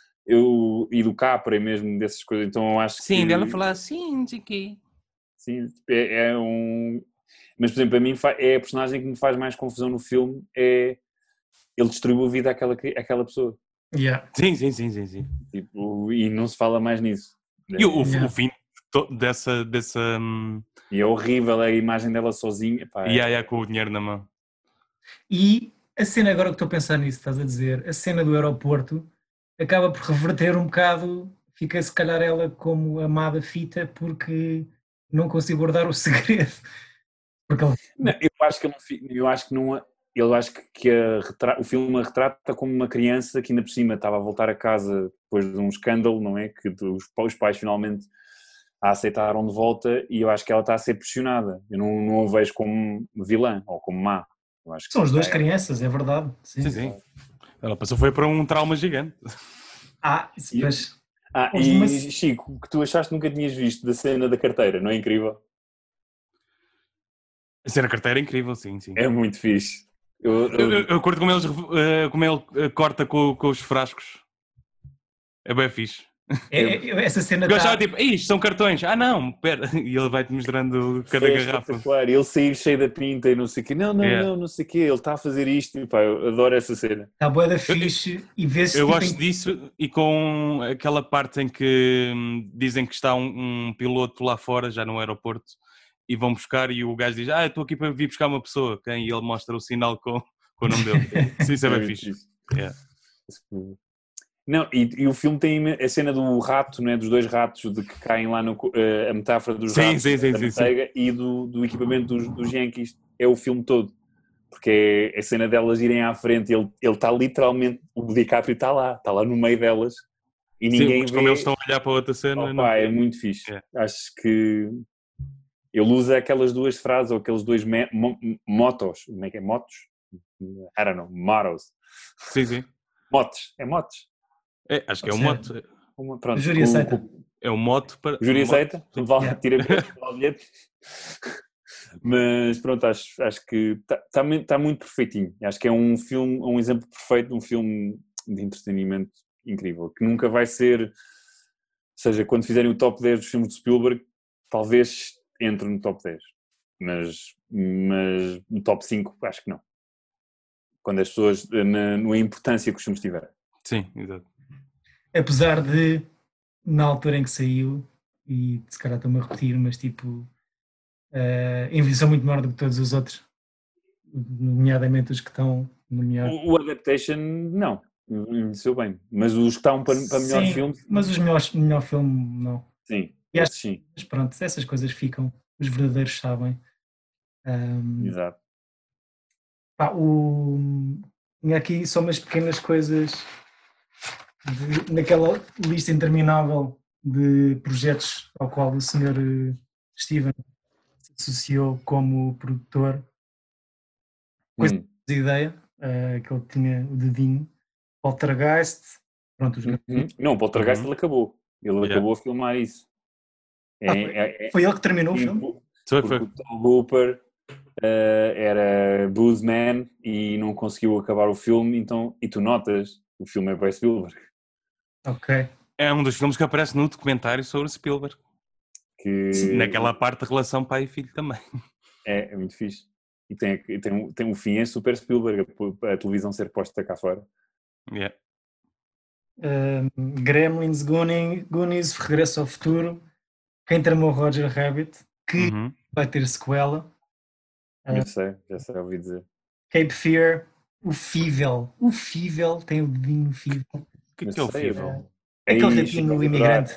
Eu, e do Capra mesmo, dessas coisas, então eu acho sim, que... Sim, dela falar assim, não sei o quê. Sim, é, é um... Mas, por exemplo, a mim é a personagem que me faz mais confusão no filme, é... Ele distribui a vida àquela, àquela pessoa. Yeah. Sim, sim, sim, sim, sim. Tipo, e não se fala mais nisso. E o, yeah. o fim dessa... dessa um... E é horrível a imagem dela sozinha. Pá, e aí é com o dinheiro na mão. E a cena, agora que estou a pensar nisso, estás a dizer, a cena do aeroporto acaba por reverter um bocado, fica se calhar ela como amada fita porque não consigo guardar o segredo. Porque ele... não, eu acho que ele, eu acho que não, eu acho que a retrata, o filme a retrata como uma criança que ainda por cima estava a voltar a casa depois de um escândalo, não é? Que os, os pais finalmente a aceitaram de volta e eu acho que ela está a ser pressionada. Eu não, não a vejo como vilã ou como má. Eu acho que são as duas crianças, é verdade. Sim, sim. sim. Ela passou foi para um trauma gigante. Ah, isso mas... ah e uma... Chico, que tu achaste que nunca tinhas visto da cena da carteira, não é incrível? A cena da carteira é incrível, sim, sim. É muito fixe. Eu, eu... eu, eu curto como, eles, uh, como ele corta com, com os frascos. É bem fixe. É, é, essa cena eu achava tá... tipo, isto são cartões. Ah não, pera. E ele vai-te mostrando cada Foi garrafa. Claro, ele sair cheio da pinta e não sei o quê. Não, não, yeah. não, não sei o quê. Ele está a fazer isto. E, pá, eu adoro essa cena. Está boa da fixe e vê-se... Eu tipo gosto em... disso e com aquela parte em que hum, dizem que está um, um piloto lá fora, já no aeroporto, e vão buscar e o gajo diz, ah, eu estou aqui para vir buscar uma pessoa. Quem? E ele mostra o sinal com, com o nome dele. Sim, isso é bem fixe. Yeah. Não, e, e o filme tem a cena do rato, né, dos dois ratos de que caem lá no, uh, a metáfora dos sim, ratos sim, sim, da sim, manteiga sim. E do, do equipamento dos, dos Yankees. É o filme todo. Porque é a cena delas irem à frente, ele está literalmente, o DiCaprio está lá, está lá no meio delas. E ninguém sim, mas vê... como eles estão a olhar para outra cena... Oh, não... pá, é muito fixe. É. Acho que ele usa aquelas duas frases, ou aqueles dois me, mo, motos. Como é que é? Motos? I don't know. Mottos. Sim, sim. Motos. É motos. É, acho que é um moto. Uma, pronto, o júri aceita. Com... É um moto para... O júri um aceita? Moto, vale, yeah. Tira o bilhete. Mas pronto, acho, acho que está tá, tá muito perfeitinho. Acho que é um filme, um exemplo perfeito de um filme de entretenimento incrível, que nunca vai ser, ou seja, quando fizerem o top dez dos filmes de Spielberg, talvez entre no top dez, mas, mas no top cinco acho que não. Quando as pessoas, na, na importância que os filmes tiverem. Sim, exato. Apesar de, na altura em que saiu, e se calhar estou-me a repetir, mas tipo, uh, envelheceu muito menor do que todos os outros, nomeadamente os que estão nomeados. O, o Adaptation, não, envelheceu bem, mas os que estão para, para melhor sim, filme... mas os melhores, melhor filme, não. Sim, e esses sim. Mas pronto, essas coisas ficam, os verdadeiros sabem. Um, Exato. Pá, o... Tinha aqui só umas pequenas coisas de, naquela lista interminável de projetos ao qual o senhor Steven se associou como produtor. Coisa hum. de ideia, uh, que ele tinha o dedinho. Poltergeist, pronto, os uhum. Não, o Poltergeist uhum. ele acabou. Ele yeah. acabou a filmar isso. É, ah, foi? É, é, foi ele que terminou sim, o filme? Foi, porque foi. o Tom Hooper uh, era bluesman e não conseguiu acabar o filme, então, e tu notas, o filme é para Spielberg. Ok. É um dos filmes que aparece no documentário sobre Spielberg. Que... Naquela parte da relação pai e filho também. É, é muito fixe. E tem, tem, tem um fim, é super Spielberg, a, a televisão ser posta cá fora. Yeah. Um, Gremlins, Goonies, Goonies, Regresso ao Futuro, Quem Tramou Roger Rabbit, que uhum. vai ter sequela. Uh, eu sei, já sei, ouvi dizer. Cape Fear, o Fível, o Fível, tem o dedinho Fível. O que, que é o Fível? É aquele ratinho, o imigrante.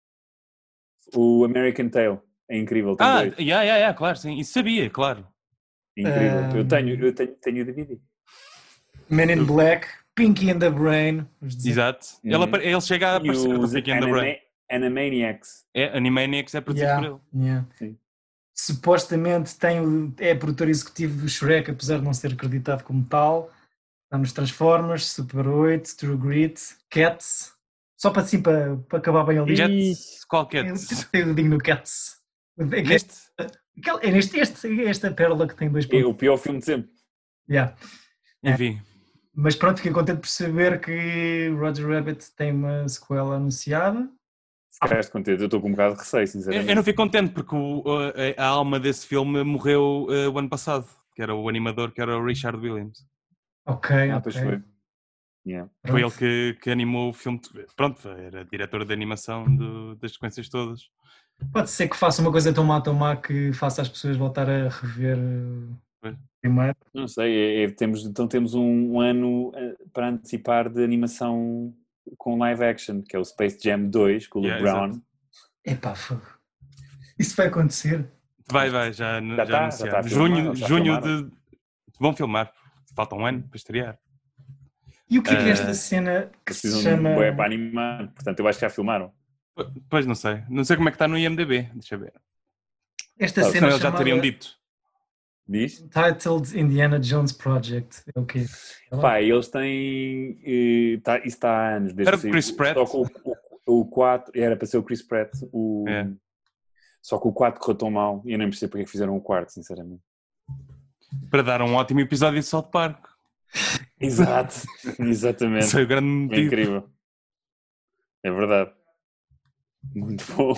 O American Tail, é incrível, tem ah, dois. yeah, yeah, yeah, claro, sim, isso sabia, claro. Incrível, Um, eu tenho, eu tenho, tenho o D V D. Men in Black, Pinky and the Brain. Exato. Uhum. Ele, ele chega a aparecer no Pinky and the Brain. Animaniacs. É, Animaniacs é produzido yeah, por ele. Yeah. Sim. Supostamente tem o, é produtor executivo do Shrek, apesar de não ser acreditado como tal. Está nos Transformers, Super oito, True Grit, Cats. Só para assim, para, para acabar bem ali. Cats? Qual Cats? Tem o dedinho no Cats. Neste? É neste, este, esta pérola que tem dois pontos. É o pior filme de sempre. Yeah. Enfim. É. Mas pronto, fiquei contente por saber que Roger Rabbit tem uma sequela anunciada. Se calhar estou contente, eu estou com um bocado de receio, sinceramente. Eu, eu não fico contente porque o, a, a alma desse filme morreu uh, o ano passado, que era o animador, que era o Richard Williams. Ok, ah, ok. Pois foi. Yeah. Foi ele que, que animou o filme. Pronto, era diretor de animação do, das sequências todas. Pode ser que faça uma coisa tão má, tão má que faça as pessoas voltar a rever foi. primeiro. Não sei, é, é, temos, então temos um, um ano para antecipar de animação com live action, que é o Space Jam dois, com o yeah, Luke Brown. Epá, fogo. Isso vai acontecer? Vai, vai, já, já, já, tá, já tá junho, filmar, junho de... Vão filmar, falta um ano para estrear. E o que é, que é esta uh, cena que se chama... É para animar, portanto eu acho que já filmaram. Pois não sei, não sei como é que está no I M D B, deixa eu ver. Esta ah, cena eles já teriam dito. Diz? Titled Indiana Jones Project, é o quê? Pá, eles têm... Eh, tá, isso está há anos. Desde era o Chris Pratt? Só que o, o, o quatro, era para ser o Chris Pratt, o... É. Só que o quatro correu tão mal e eu nem percebo porque é que fizeram o quarto, sinceramente. Para dar um ótimo episódio de South Park. Exato, exatamente. Isso é o grande motivo. É incrível. É verdade. Muito bom.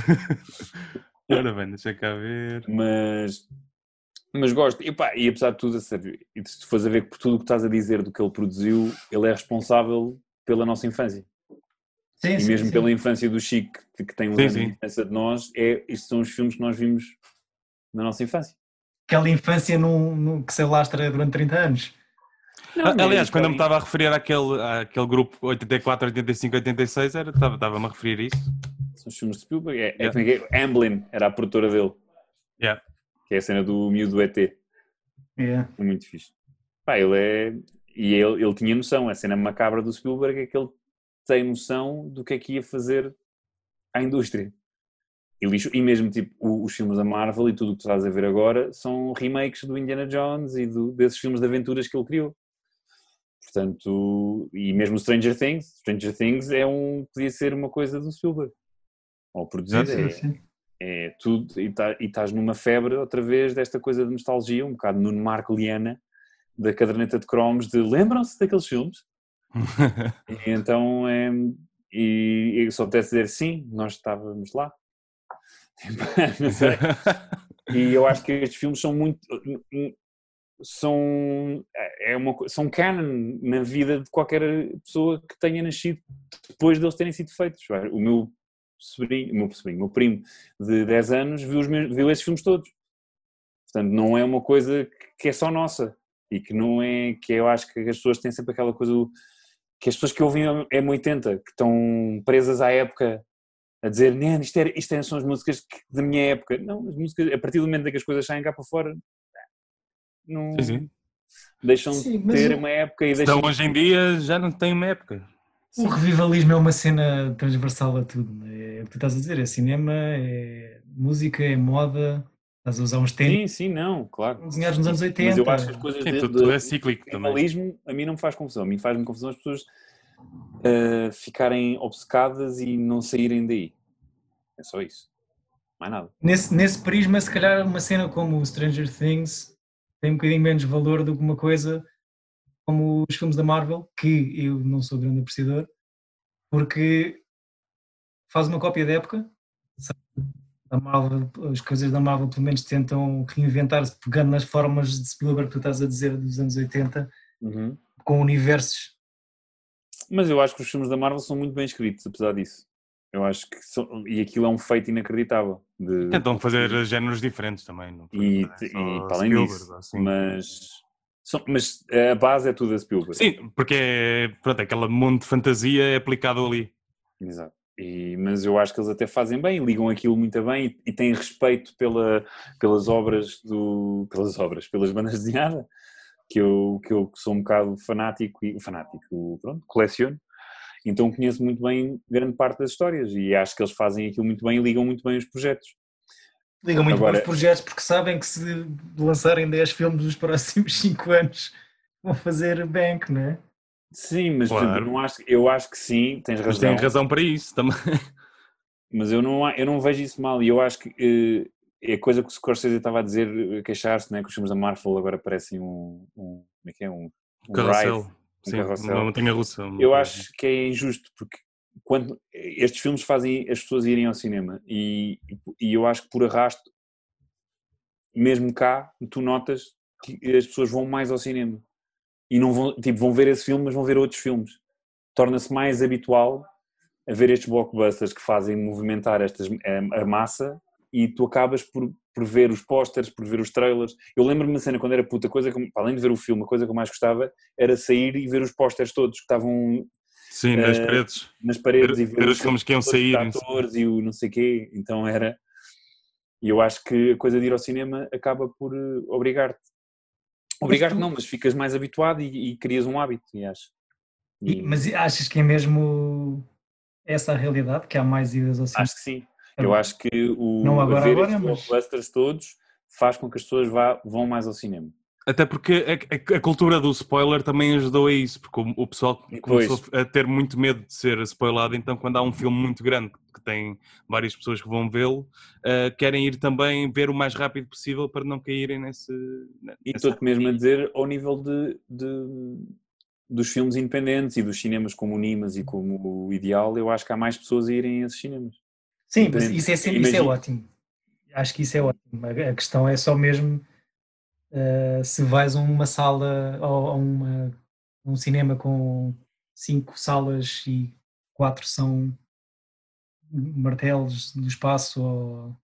Ora bem, deixa cá ver. Mas, mas gosto. E, pá, e apesar de tudo, a sério, e se fores a ver por tudo o que estás a dizer do que ele produziu, ele é responsável pela nossa infância. Sim, e sim, mesmo sim. pela infância do Chico, que, que tem uns sim, anos sim. de diferença de nós, é, estes são os filmes que nós vimos na nossa infância. Aquela infância num, num, que se alastra durante trinta anos. Não, aliás, quando eu me estava a referir àquele, àquele grupo oitenta e quatro, oitenta e cinco, oitenta e seis, era, estava, estava-me a referir a isso. São os filmes de Spielberg. É, yeah. é, Amblin era a produtora dele. Yeah. Que é a cena do miúdo do E T. Yeah. É muito fixe. Pá, ele é... E ele, ele tinha noção. A cena macabra do Spielberg é que ele tem noção do que é que ia fazer à indústria. E, lixo, e mesmo tipo os filmes da Marvel e tudo o que tu estás a ver agora são remakes do Indiana Jones e do, desses filmes de aventuras que ele criou. Portanto, e mesmo Stranger Things, Stranger Things é um, podia ser uma coisa do Spielberg. Ou produzida. Sim, sim, sim. é tudo, e, tá, e estás numa febre outra vez desta coisa de nostalgia, um bocado no Marco Liana, da caderneta de cromos, de lembram-se daqueles filmes? E então, é, e, e só pudesse dizer sim, nós estávamos lá. Não sei. E eu acho que estes filmes são muito... São, é uma, são canon na vida de qualquer pessoa que tenha nascido depois deles terem sido feitos. O meu sobrinho, o meu, sobrinho, o meu primo de dez anos viu, os meus, viu esses filmes todos. Portanto, não é uma coisa que é só nossa. E que não é, que eu acho que as pessoas têm sempre aquela coisa, que as pessoas que ouvem M oitenta, que estão presas à época, a dizer, não, isto, era, isto são as músicas da minha época. Não, as músicas, a partir do momento em que as coisas saem cá para fora, não sim, sim. deixam sim, de ter o... uma época. E então deixam... hoje em dia já não tem uma época. O sim. Revivalismo é uma cena transversal a tudo. É o que tu estás a dizer, é cinema, é música, é moda, estás a usar uns tênis. Sim, sim, não, claro. Desenhados nos anos oitenta. Mas eu acho que as coisas sim, de, tudo de, é cíclico de também. revivalismo a mim não me faz confusão. A mim faz-me confusão as pessoas uh, ficarem obcecadas e não saírem daí. É só isso. Mais nada. Nesse, nesse prisma, se calhar uma cena como o Stranger Things tem um bocadinho menos valor do que uma coisa como os filmes da Marvel, que eu não sou grande apreciador, porque faz uma cópia da época. A Marvel, as coisas da Marvel pelo menos tentam reinventar-se pegando nas formas de Spielberg que tu estás a dizer dos anos oitenta, uhum. com universos. Mas eu acho que os filmes da Marvel são muito bem escritos, apesar disso. Eu acho que são, e aquilo é um feito inacreditável. De, tentam fazer de... géneros diferentes também. Não e, e para além disso, assim. mas, são, mas a base é tudo a Spielberg. Sim, porque é, pronto, aquele mundo de fantasia é aplicado ali. Exato. E, mas eu acho que eles até fazem bem, ligam aquilo muito bem e, e têm respeito pela, pelas obras, do, pelas obras, pelas bandas desenhadas, que eu, que eu sou um bocado fanático, e fanático, pronto, coleciono. Então conheço muito bem grande parte das histórias e acho que eles fazem aquilo muito bem e ligam muito bem os projetos. Ligam muito Agora, bem os projetos porque sabem que se lançarem dez filmes nos próximos cinco anos vão fazer bank, não é? Sim, mas claro. não acho, eu acho que sim, tens razão. Mas tens razão para isso também. Mas eu não, eu não vejo isso mal e eu acho que é a coisa que o Scorsese estava a dizer, queixar-se, né, que os filmes da Marvel agora parecem um, um como é que é, um, um carrossel. ride. Sim, uma montanha russa. Eu acho que é injusto, porque quando estes filmes fazem as pessoas irem ao cinema e, e eu acho que por arrasto, mesmo cá, tu notas que as pessoas vão mais ao cinema e não vão, tipo, vão ver esse filme, mas vão ver outros filmes. Torna-se mais habitual a ver estes blockbusters que fazem movimentar estas, a, a massa e tu acabas por, por ver os pósteres, por ver os trailers. Eu lembro-me da cena quando era puta, coisa que, além de ver o filme, a coisa que eu mais gostava era sair e ver os pósteres todos que estavam sim, uh, nas paredes, nas paredes ver, e ver, ver os filmes que iam sair, os atores e o não sei quê. Então era... E eu acho que a coisa de ir ao cinema acaba por uh, obrigar-te. Obrigar-te tu... não, mas ficas mais habituado e, e crias um hábito, e acho. E... Mas achas que é mesmo essa a realidade, que há mais idas ao cinema? Acho que sim. Eu acho que o não agora, ver agora, estes blockbusters mas... todos faz com que as pessoas vá, vão mais ao cinema. Até porque a, a, a cultura do spoiler também ajudou a isso, porque o, o pessoal começou a ter muito medo de ser spoilado, então quando há um filme muito grande que tem várias pessoas que vão vê-lo, uh, querem ir também ver o mais rápido possível para não caírem nesse... E estou-te mesmo a dizer ao nível de, de, dos filmes independentes e dos cinemas como o Nimas e como o Ideal, eu acho que há mais pessoas a irem a esses cinemas. Sim, mas isso é, sempre, isso é ótimo. Acho que isso é ótimo. A questão é só mesmo uh, se vais a uma sala ou a uma, um cinema com cinco salas e quatro são martelos do espaço ou...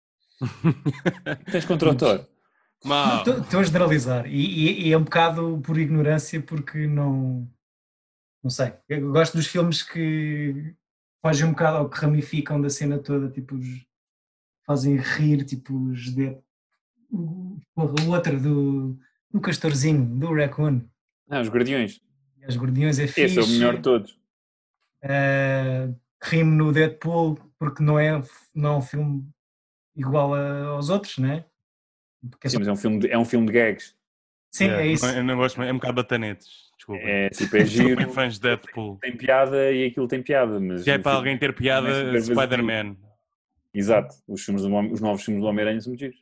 Tens contra o Thor? Estou a generalizar e, e, e é um bocado por ignorância porque não, não sei. Eu gosto dos filmes que fogem um bocado ao que ramificam da cena toda, tipo, os, fazem rir, tipo, os de... o outro do, do castorzinho, do Raccoon. Ah, os Guardiões. Os Guardiões é fixe. Esse é o melhor de todos. Uh, rimo no Deadpool porque não é, não é um filme igual a, aos outros, não é? Porque Sim, é, só... mas é um filme de, é um filme de gags. Sim, yeah, é isso. Eu não gosto, é um bocado batanetes. Desculpa. É, tipo, é giro. Sou fãs de Deadpool. Tem piada e aquilo tem piada, mas... Já é para alguém ter piada, Spider-Man. Exato. Os, filmes do, os novos filmes do Homem-Aranha são muito giros.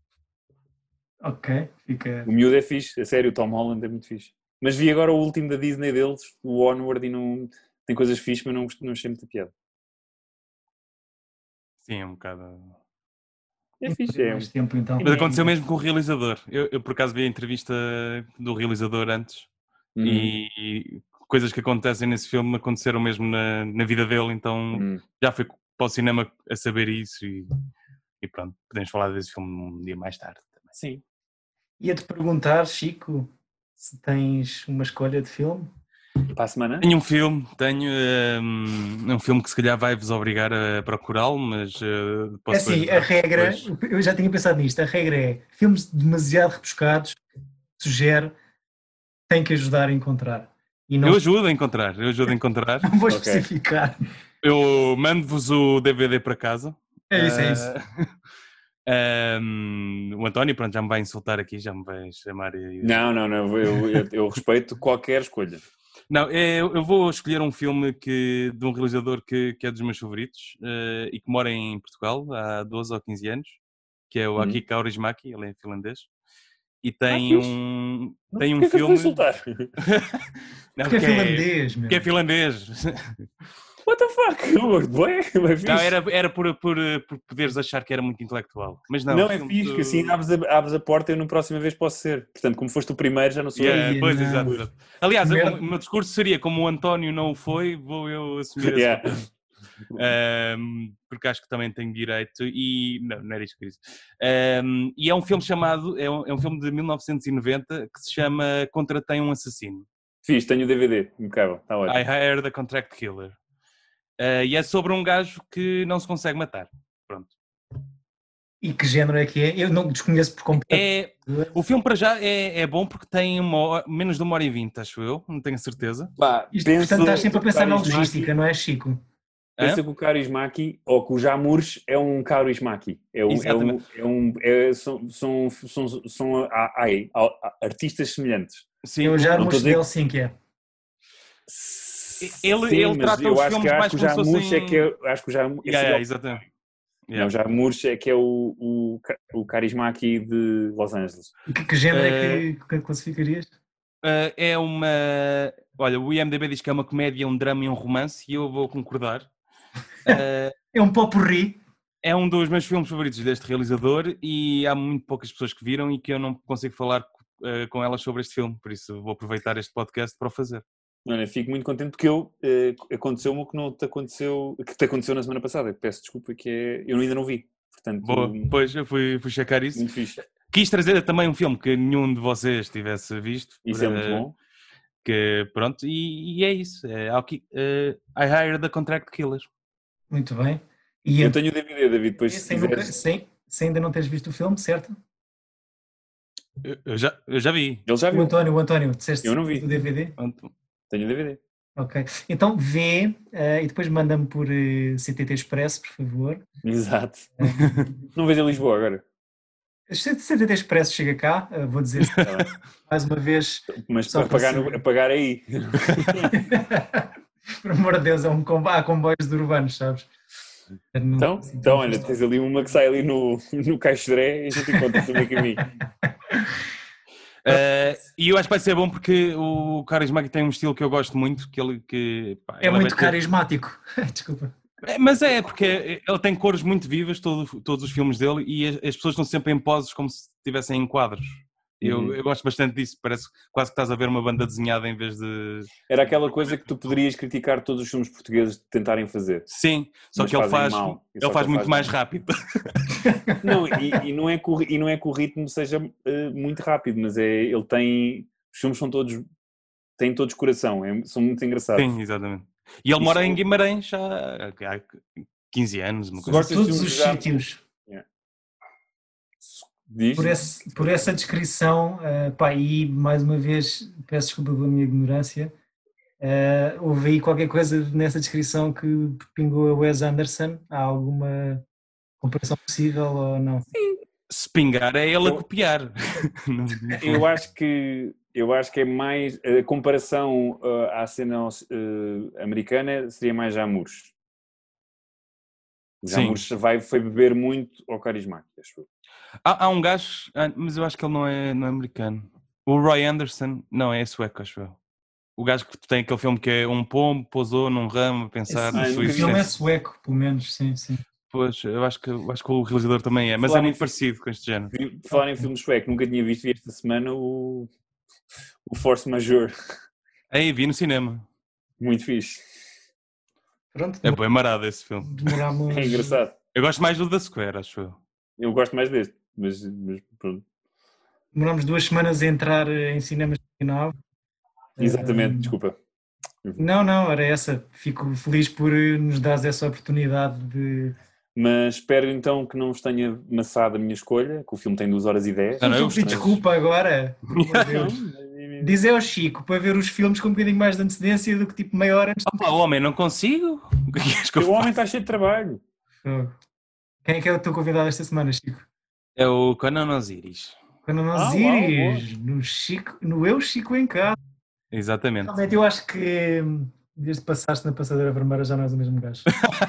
Ok, fica... O miúdo é fixe, a sério, o Tom Holland é muito fixe. Mas vi agora o último da Disney deles, o Onward, e não... tem coisas fixes, mas não, não achei muita piada. Sim, é um bocado... É fixe, é. Mais tempo, então. Mas aconteceu mesmo com o realizador. Eu, eu por acaso vi a entrevista do realizador antes uhum. e, e coisas que acontecem nesse filme aconteceram mesmo na, na vida dele, então uhum. já fui para o cinema a saber isso e, e pronto, podemos falar desse filme um dia mais tarde também. Sim. Ia-te perguntar, Chico, se tens uma escolha de filme? Para a semana? Tenho um filme, tenho um, um filme que se calhar vai-vos obrigar a procurá-lo, mas uh, posso é assim, a regra, depois... eu já tinha pensado nisto, a regra é, filmes demasiado rebuscados, sugere, tem que ajudar a encontrar. E não... Eu ajudo a encontrar, eu ajudo a encontrar. Não vou especificar. Okay. Eu mando-vos o D V D para casa. É isso, é isso. um, o António, pronto, já me vai insultar aqui, já me vai chamar... E... Não, não, não, eu, eu, eu respeito qualquer escolha. Não, eu vou escolher um filme que, de um realizador que, que é dos meus favoritos uh, e que mora em Portugal há doze ou quinze anos, que é o Aki hum. Kaurismäki, ele é finlandês, e tem ah, um, tem um filme... Que insultar? Não, porque é finlandês, é, porque é finlandês. What the fuck? Não, era, era por, por, por poderes achar que era muito intelectual. Mas não, não é fixe, do... que assim abres a, abres a porta e eu na próxima vez posso ser. Portanto, como foste o primeiro, já não sou yeah, eu. Pois, exato, exato. Aliás, o, o meu discurso seria, como o António não o foi, vou eu assumir esse papel. Um, porque acho que também tenho direito e... Não, não era isto que eu disse. Um, e é um filme chamado... É um, é um filme de mil novecentos e noventa que se chama Contratei um Assassino. Fiz, tenho o D V D. Impecável, está ótimo. I Hired a Contract Killer. Uh, e é sobre um gajo que não se consegue matar. Pronto. E que género é que é? Eu não desconheço por completo. É, o filme para já é, é bom porque tem uma hora, menos de uma hora e vinte, acho eu, não tenho a certeza. Bah, Isto, portanto, estás sempre a pensar na logística, não é, Chico? Pensa Hã? que o Kaurismäki, ou que o Jarmusch é um Kaurismäki. É um, é um, é um, é, são, são, são, são ai, artistas semelhantes. Sim, o Jarmusch de Helsinki é. Ele, Sim, ele trata os filmes mais como se fossem... É que é, acho que o Jarmusch yeah, yeah, exatamente. Yeah. Não, o Jarmusch é que é o, o, o Kaurismäki de Los Angeles. E que, que género uh, é que, que classificarias? Uh, é uma... Olha, o I M D B diz que é uma comédia, um drama e um romance e eu vou concordar. Uh, é um pot-pourri. É um dos meus filmes favoritos deste realizador e há muito poucas pessoas que viram e que eu não consigo falar uh, com elas sobre este filme, por isso vou aproveitar este podcast para o fazer. Olha, fico muito contente porque eu, eh, aconteceu-me o que não te aconteceu, que te aconteceu na semana passada. Peço desculpa, que é, eu ainda não vi. Portanto, boa, pois eu fui, fui checar isso. Muito fixe. Quis trazer também um filme que nenhum de vocês tivesse visto. Isso para, é muito bom. Que, pronto, e, e é isso. É, uh, I Hired the Contract Killer. Muito bem. E eu tenho o D V D, David, depois se quiseres... Nunca, sem, sem ainda não teres visto o filme, certo? Eu, eu, já, eu já vi. Ele já viu. O António, o António, disseste eu não vi. o D V D? Tenho o D V D. Ok. Então vê uh, e depois manda-me por uh, C T T Expresso, por favor. Exato. Uh, não vejo em Lisboa agora. C T T Expresso chega cá, uh, vou dizer mais uma vez. Mas para pagar, no, pagar aí. Por amor de Deus, é um combo, há comboios de urbanos, sabes? Não, então, assim, então olha, tens ali uma que sai ali no, no Caixodré e a gente encontra também caminho. Uh, e eu acho que vai ser bom porque o Kaurismäki tem um estilo que eu gosto muito, que ele que pá, é ele muito ter... carismático. Desculpa. É, mas é, porque ele tem cores muito vivas, todo, todos os filmes dele, e as, as pessoas estão sempre em poses como se estivessem em quadros. Eu, uhum. eu gosto bastante disso, parece quase que estás a ver uma banda desenhada em vez de... Era aquela coisa que tu poderias criticar todos os filmes portugueses de tentarem fazer. Sim, só que ele faz, mal, ele faz muito faz mais mal. rápido. Não, e, e, não é que o, e não é que o ritmo seja uh, muito rápido, mas é, ele tem... Os filmes são todos... têm todos coração, é, são muito engraçados. Sim, exatamente. E ele Isso mora em Guimarães já há quinze anos. Uma coisa assim. Todos os já... sítios. Yeah. Por, esse, por essa descrição, uh, pá, e mais uma vez, peço desculpa pela minha ignorância, uh, houve aí qualquer coisa nessa descrição que pingou a Wes Anderson? Há alguma comparação possível ou não? Sim, se pingar é ele eu, a copiar. eu acho que eu acho que é mais a comparação uh, à cena uh, americana seria mais Jarmusch. Já Murcha vai, foi beber muito ao Carismático, acho eu. Há, há um gajo, mas eu acho que ele não é, não é americano. O Roy Anderson, não, é sueco, acho eu. O gajo que tem aquele filme que é um pombo, pousou num ramo a pensar Esse, na sua o filme é sueco, pelo menos, sim, sim. Pois, eu acho que, eu acho que o realizador também é, mas falar é muito parecido com este género. Falar em filme sueco, nunca tinha visto esta semana o, o Force Majeure. Aí, vi no cinema. Muito fixe. Pronto, é bem marado esse filme. Demoramos... É engraçado. Eu gosto mais do da Square, acho eu. Eu gosto mais deste, mas, mas pronto. Demoramos duas semanas a entrar em cinemas final. Exatamente, uh... desculpa. Não, não, era essa. Fico feliz por nos dares essa oportunidade de... Mas espero então que não vos tenha maçado a minha escolha, que o filme tem duas horas e dez. Não, não, eu mas... Desculpa agora. Meu Deus. Diz ao Chico para ver os filmes com um bocadinho mais de antecedência do que tipo meia hora antes. Opa, homem, não consigo. O, o homem está cheio de trabalho. Quem é que é o teu convidado esta semana, Chico? É o Conan Osiris. Conan Osiris, ah, no, Chico, no Eu Chico em Casa. Exatamente. Realmente eu acho que desde que passaste na passadeira vermelha já não és o mesmo gajo.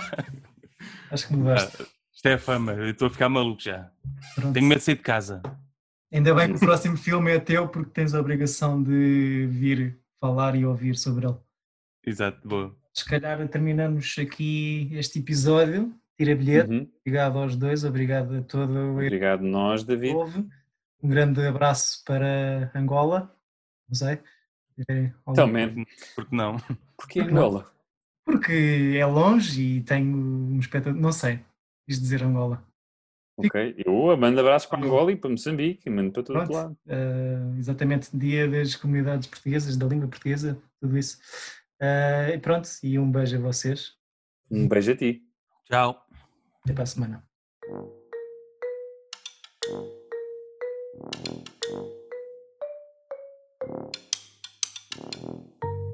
Acho que mudaste. Ah, isto é a fama, eu estou a ficar maluco já. Pronto. Tenho medo de sair de casa. Ainda bem que o próximo filme é teu porque tens a obrigação de vir falar e ouvir sobre ele. Exato, boa. Se calhar terminamos aqui este episódio. Tira bilhete. Uhum. Obrigado aos dois, obrigado a todo. Obrigado a nós, David. Um grande abraço para Angola. Não sei. Também. Porque não? Porque Angola? Porque é longe e tenho um espetáculo. Não sei. Quis dizer Angola. Ok, eu mando abraços para Angola e para Moçambique, mando para todo Pronto, lado. Uh, exatamente, dia das comunidades portuguesas, da língua portuguesa, tudo isso. Uh, e pronto, e um beijo a vocês. Um beijo a ti. Tchau. Até para a semana.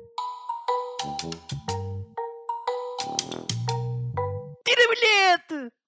Tira bilhete!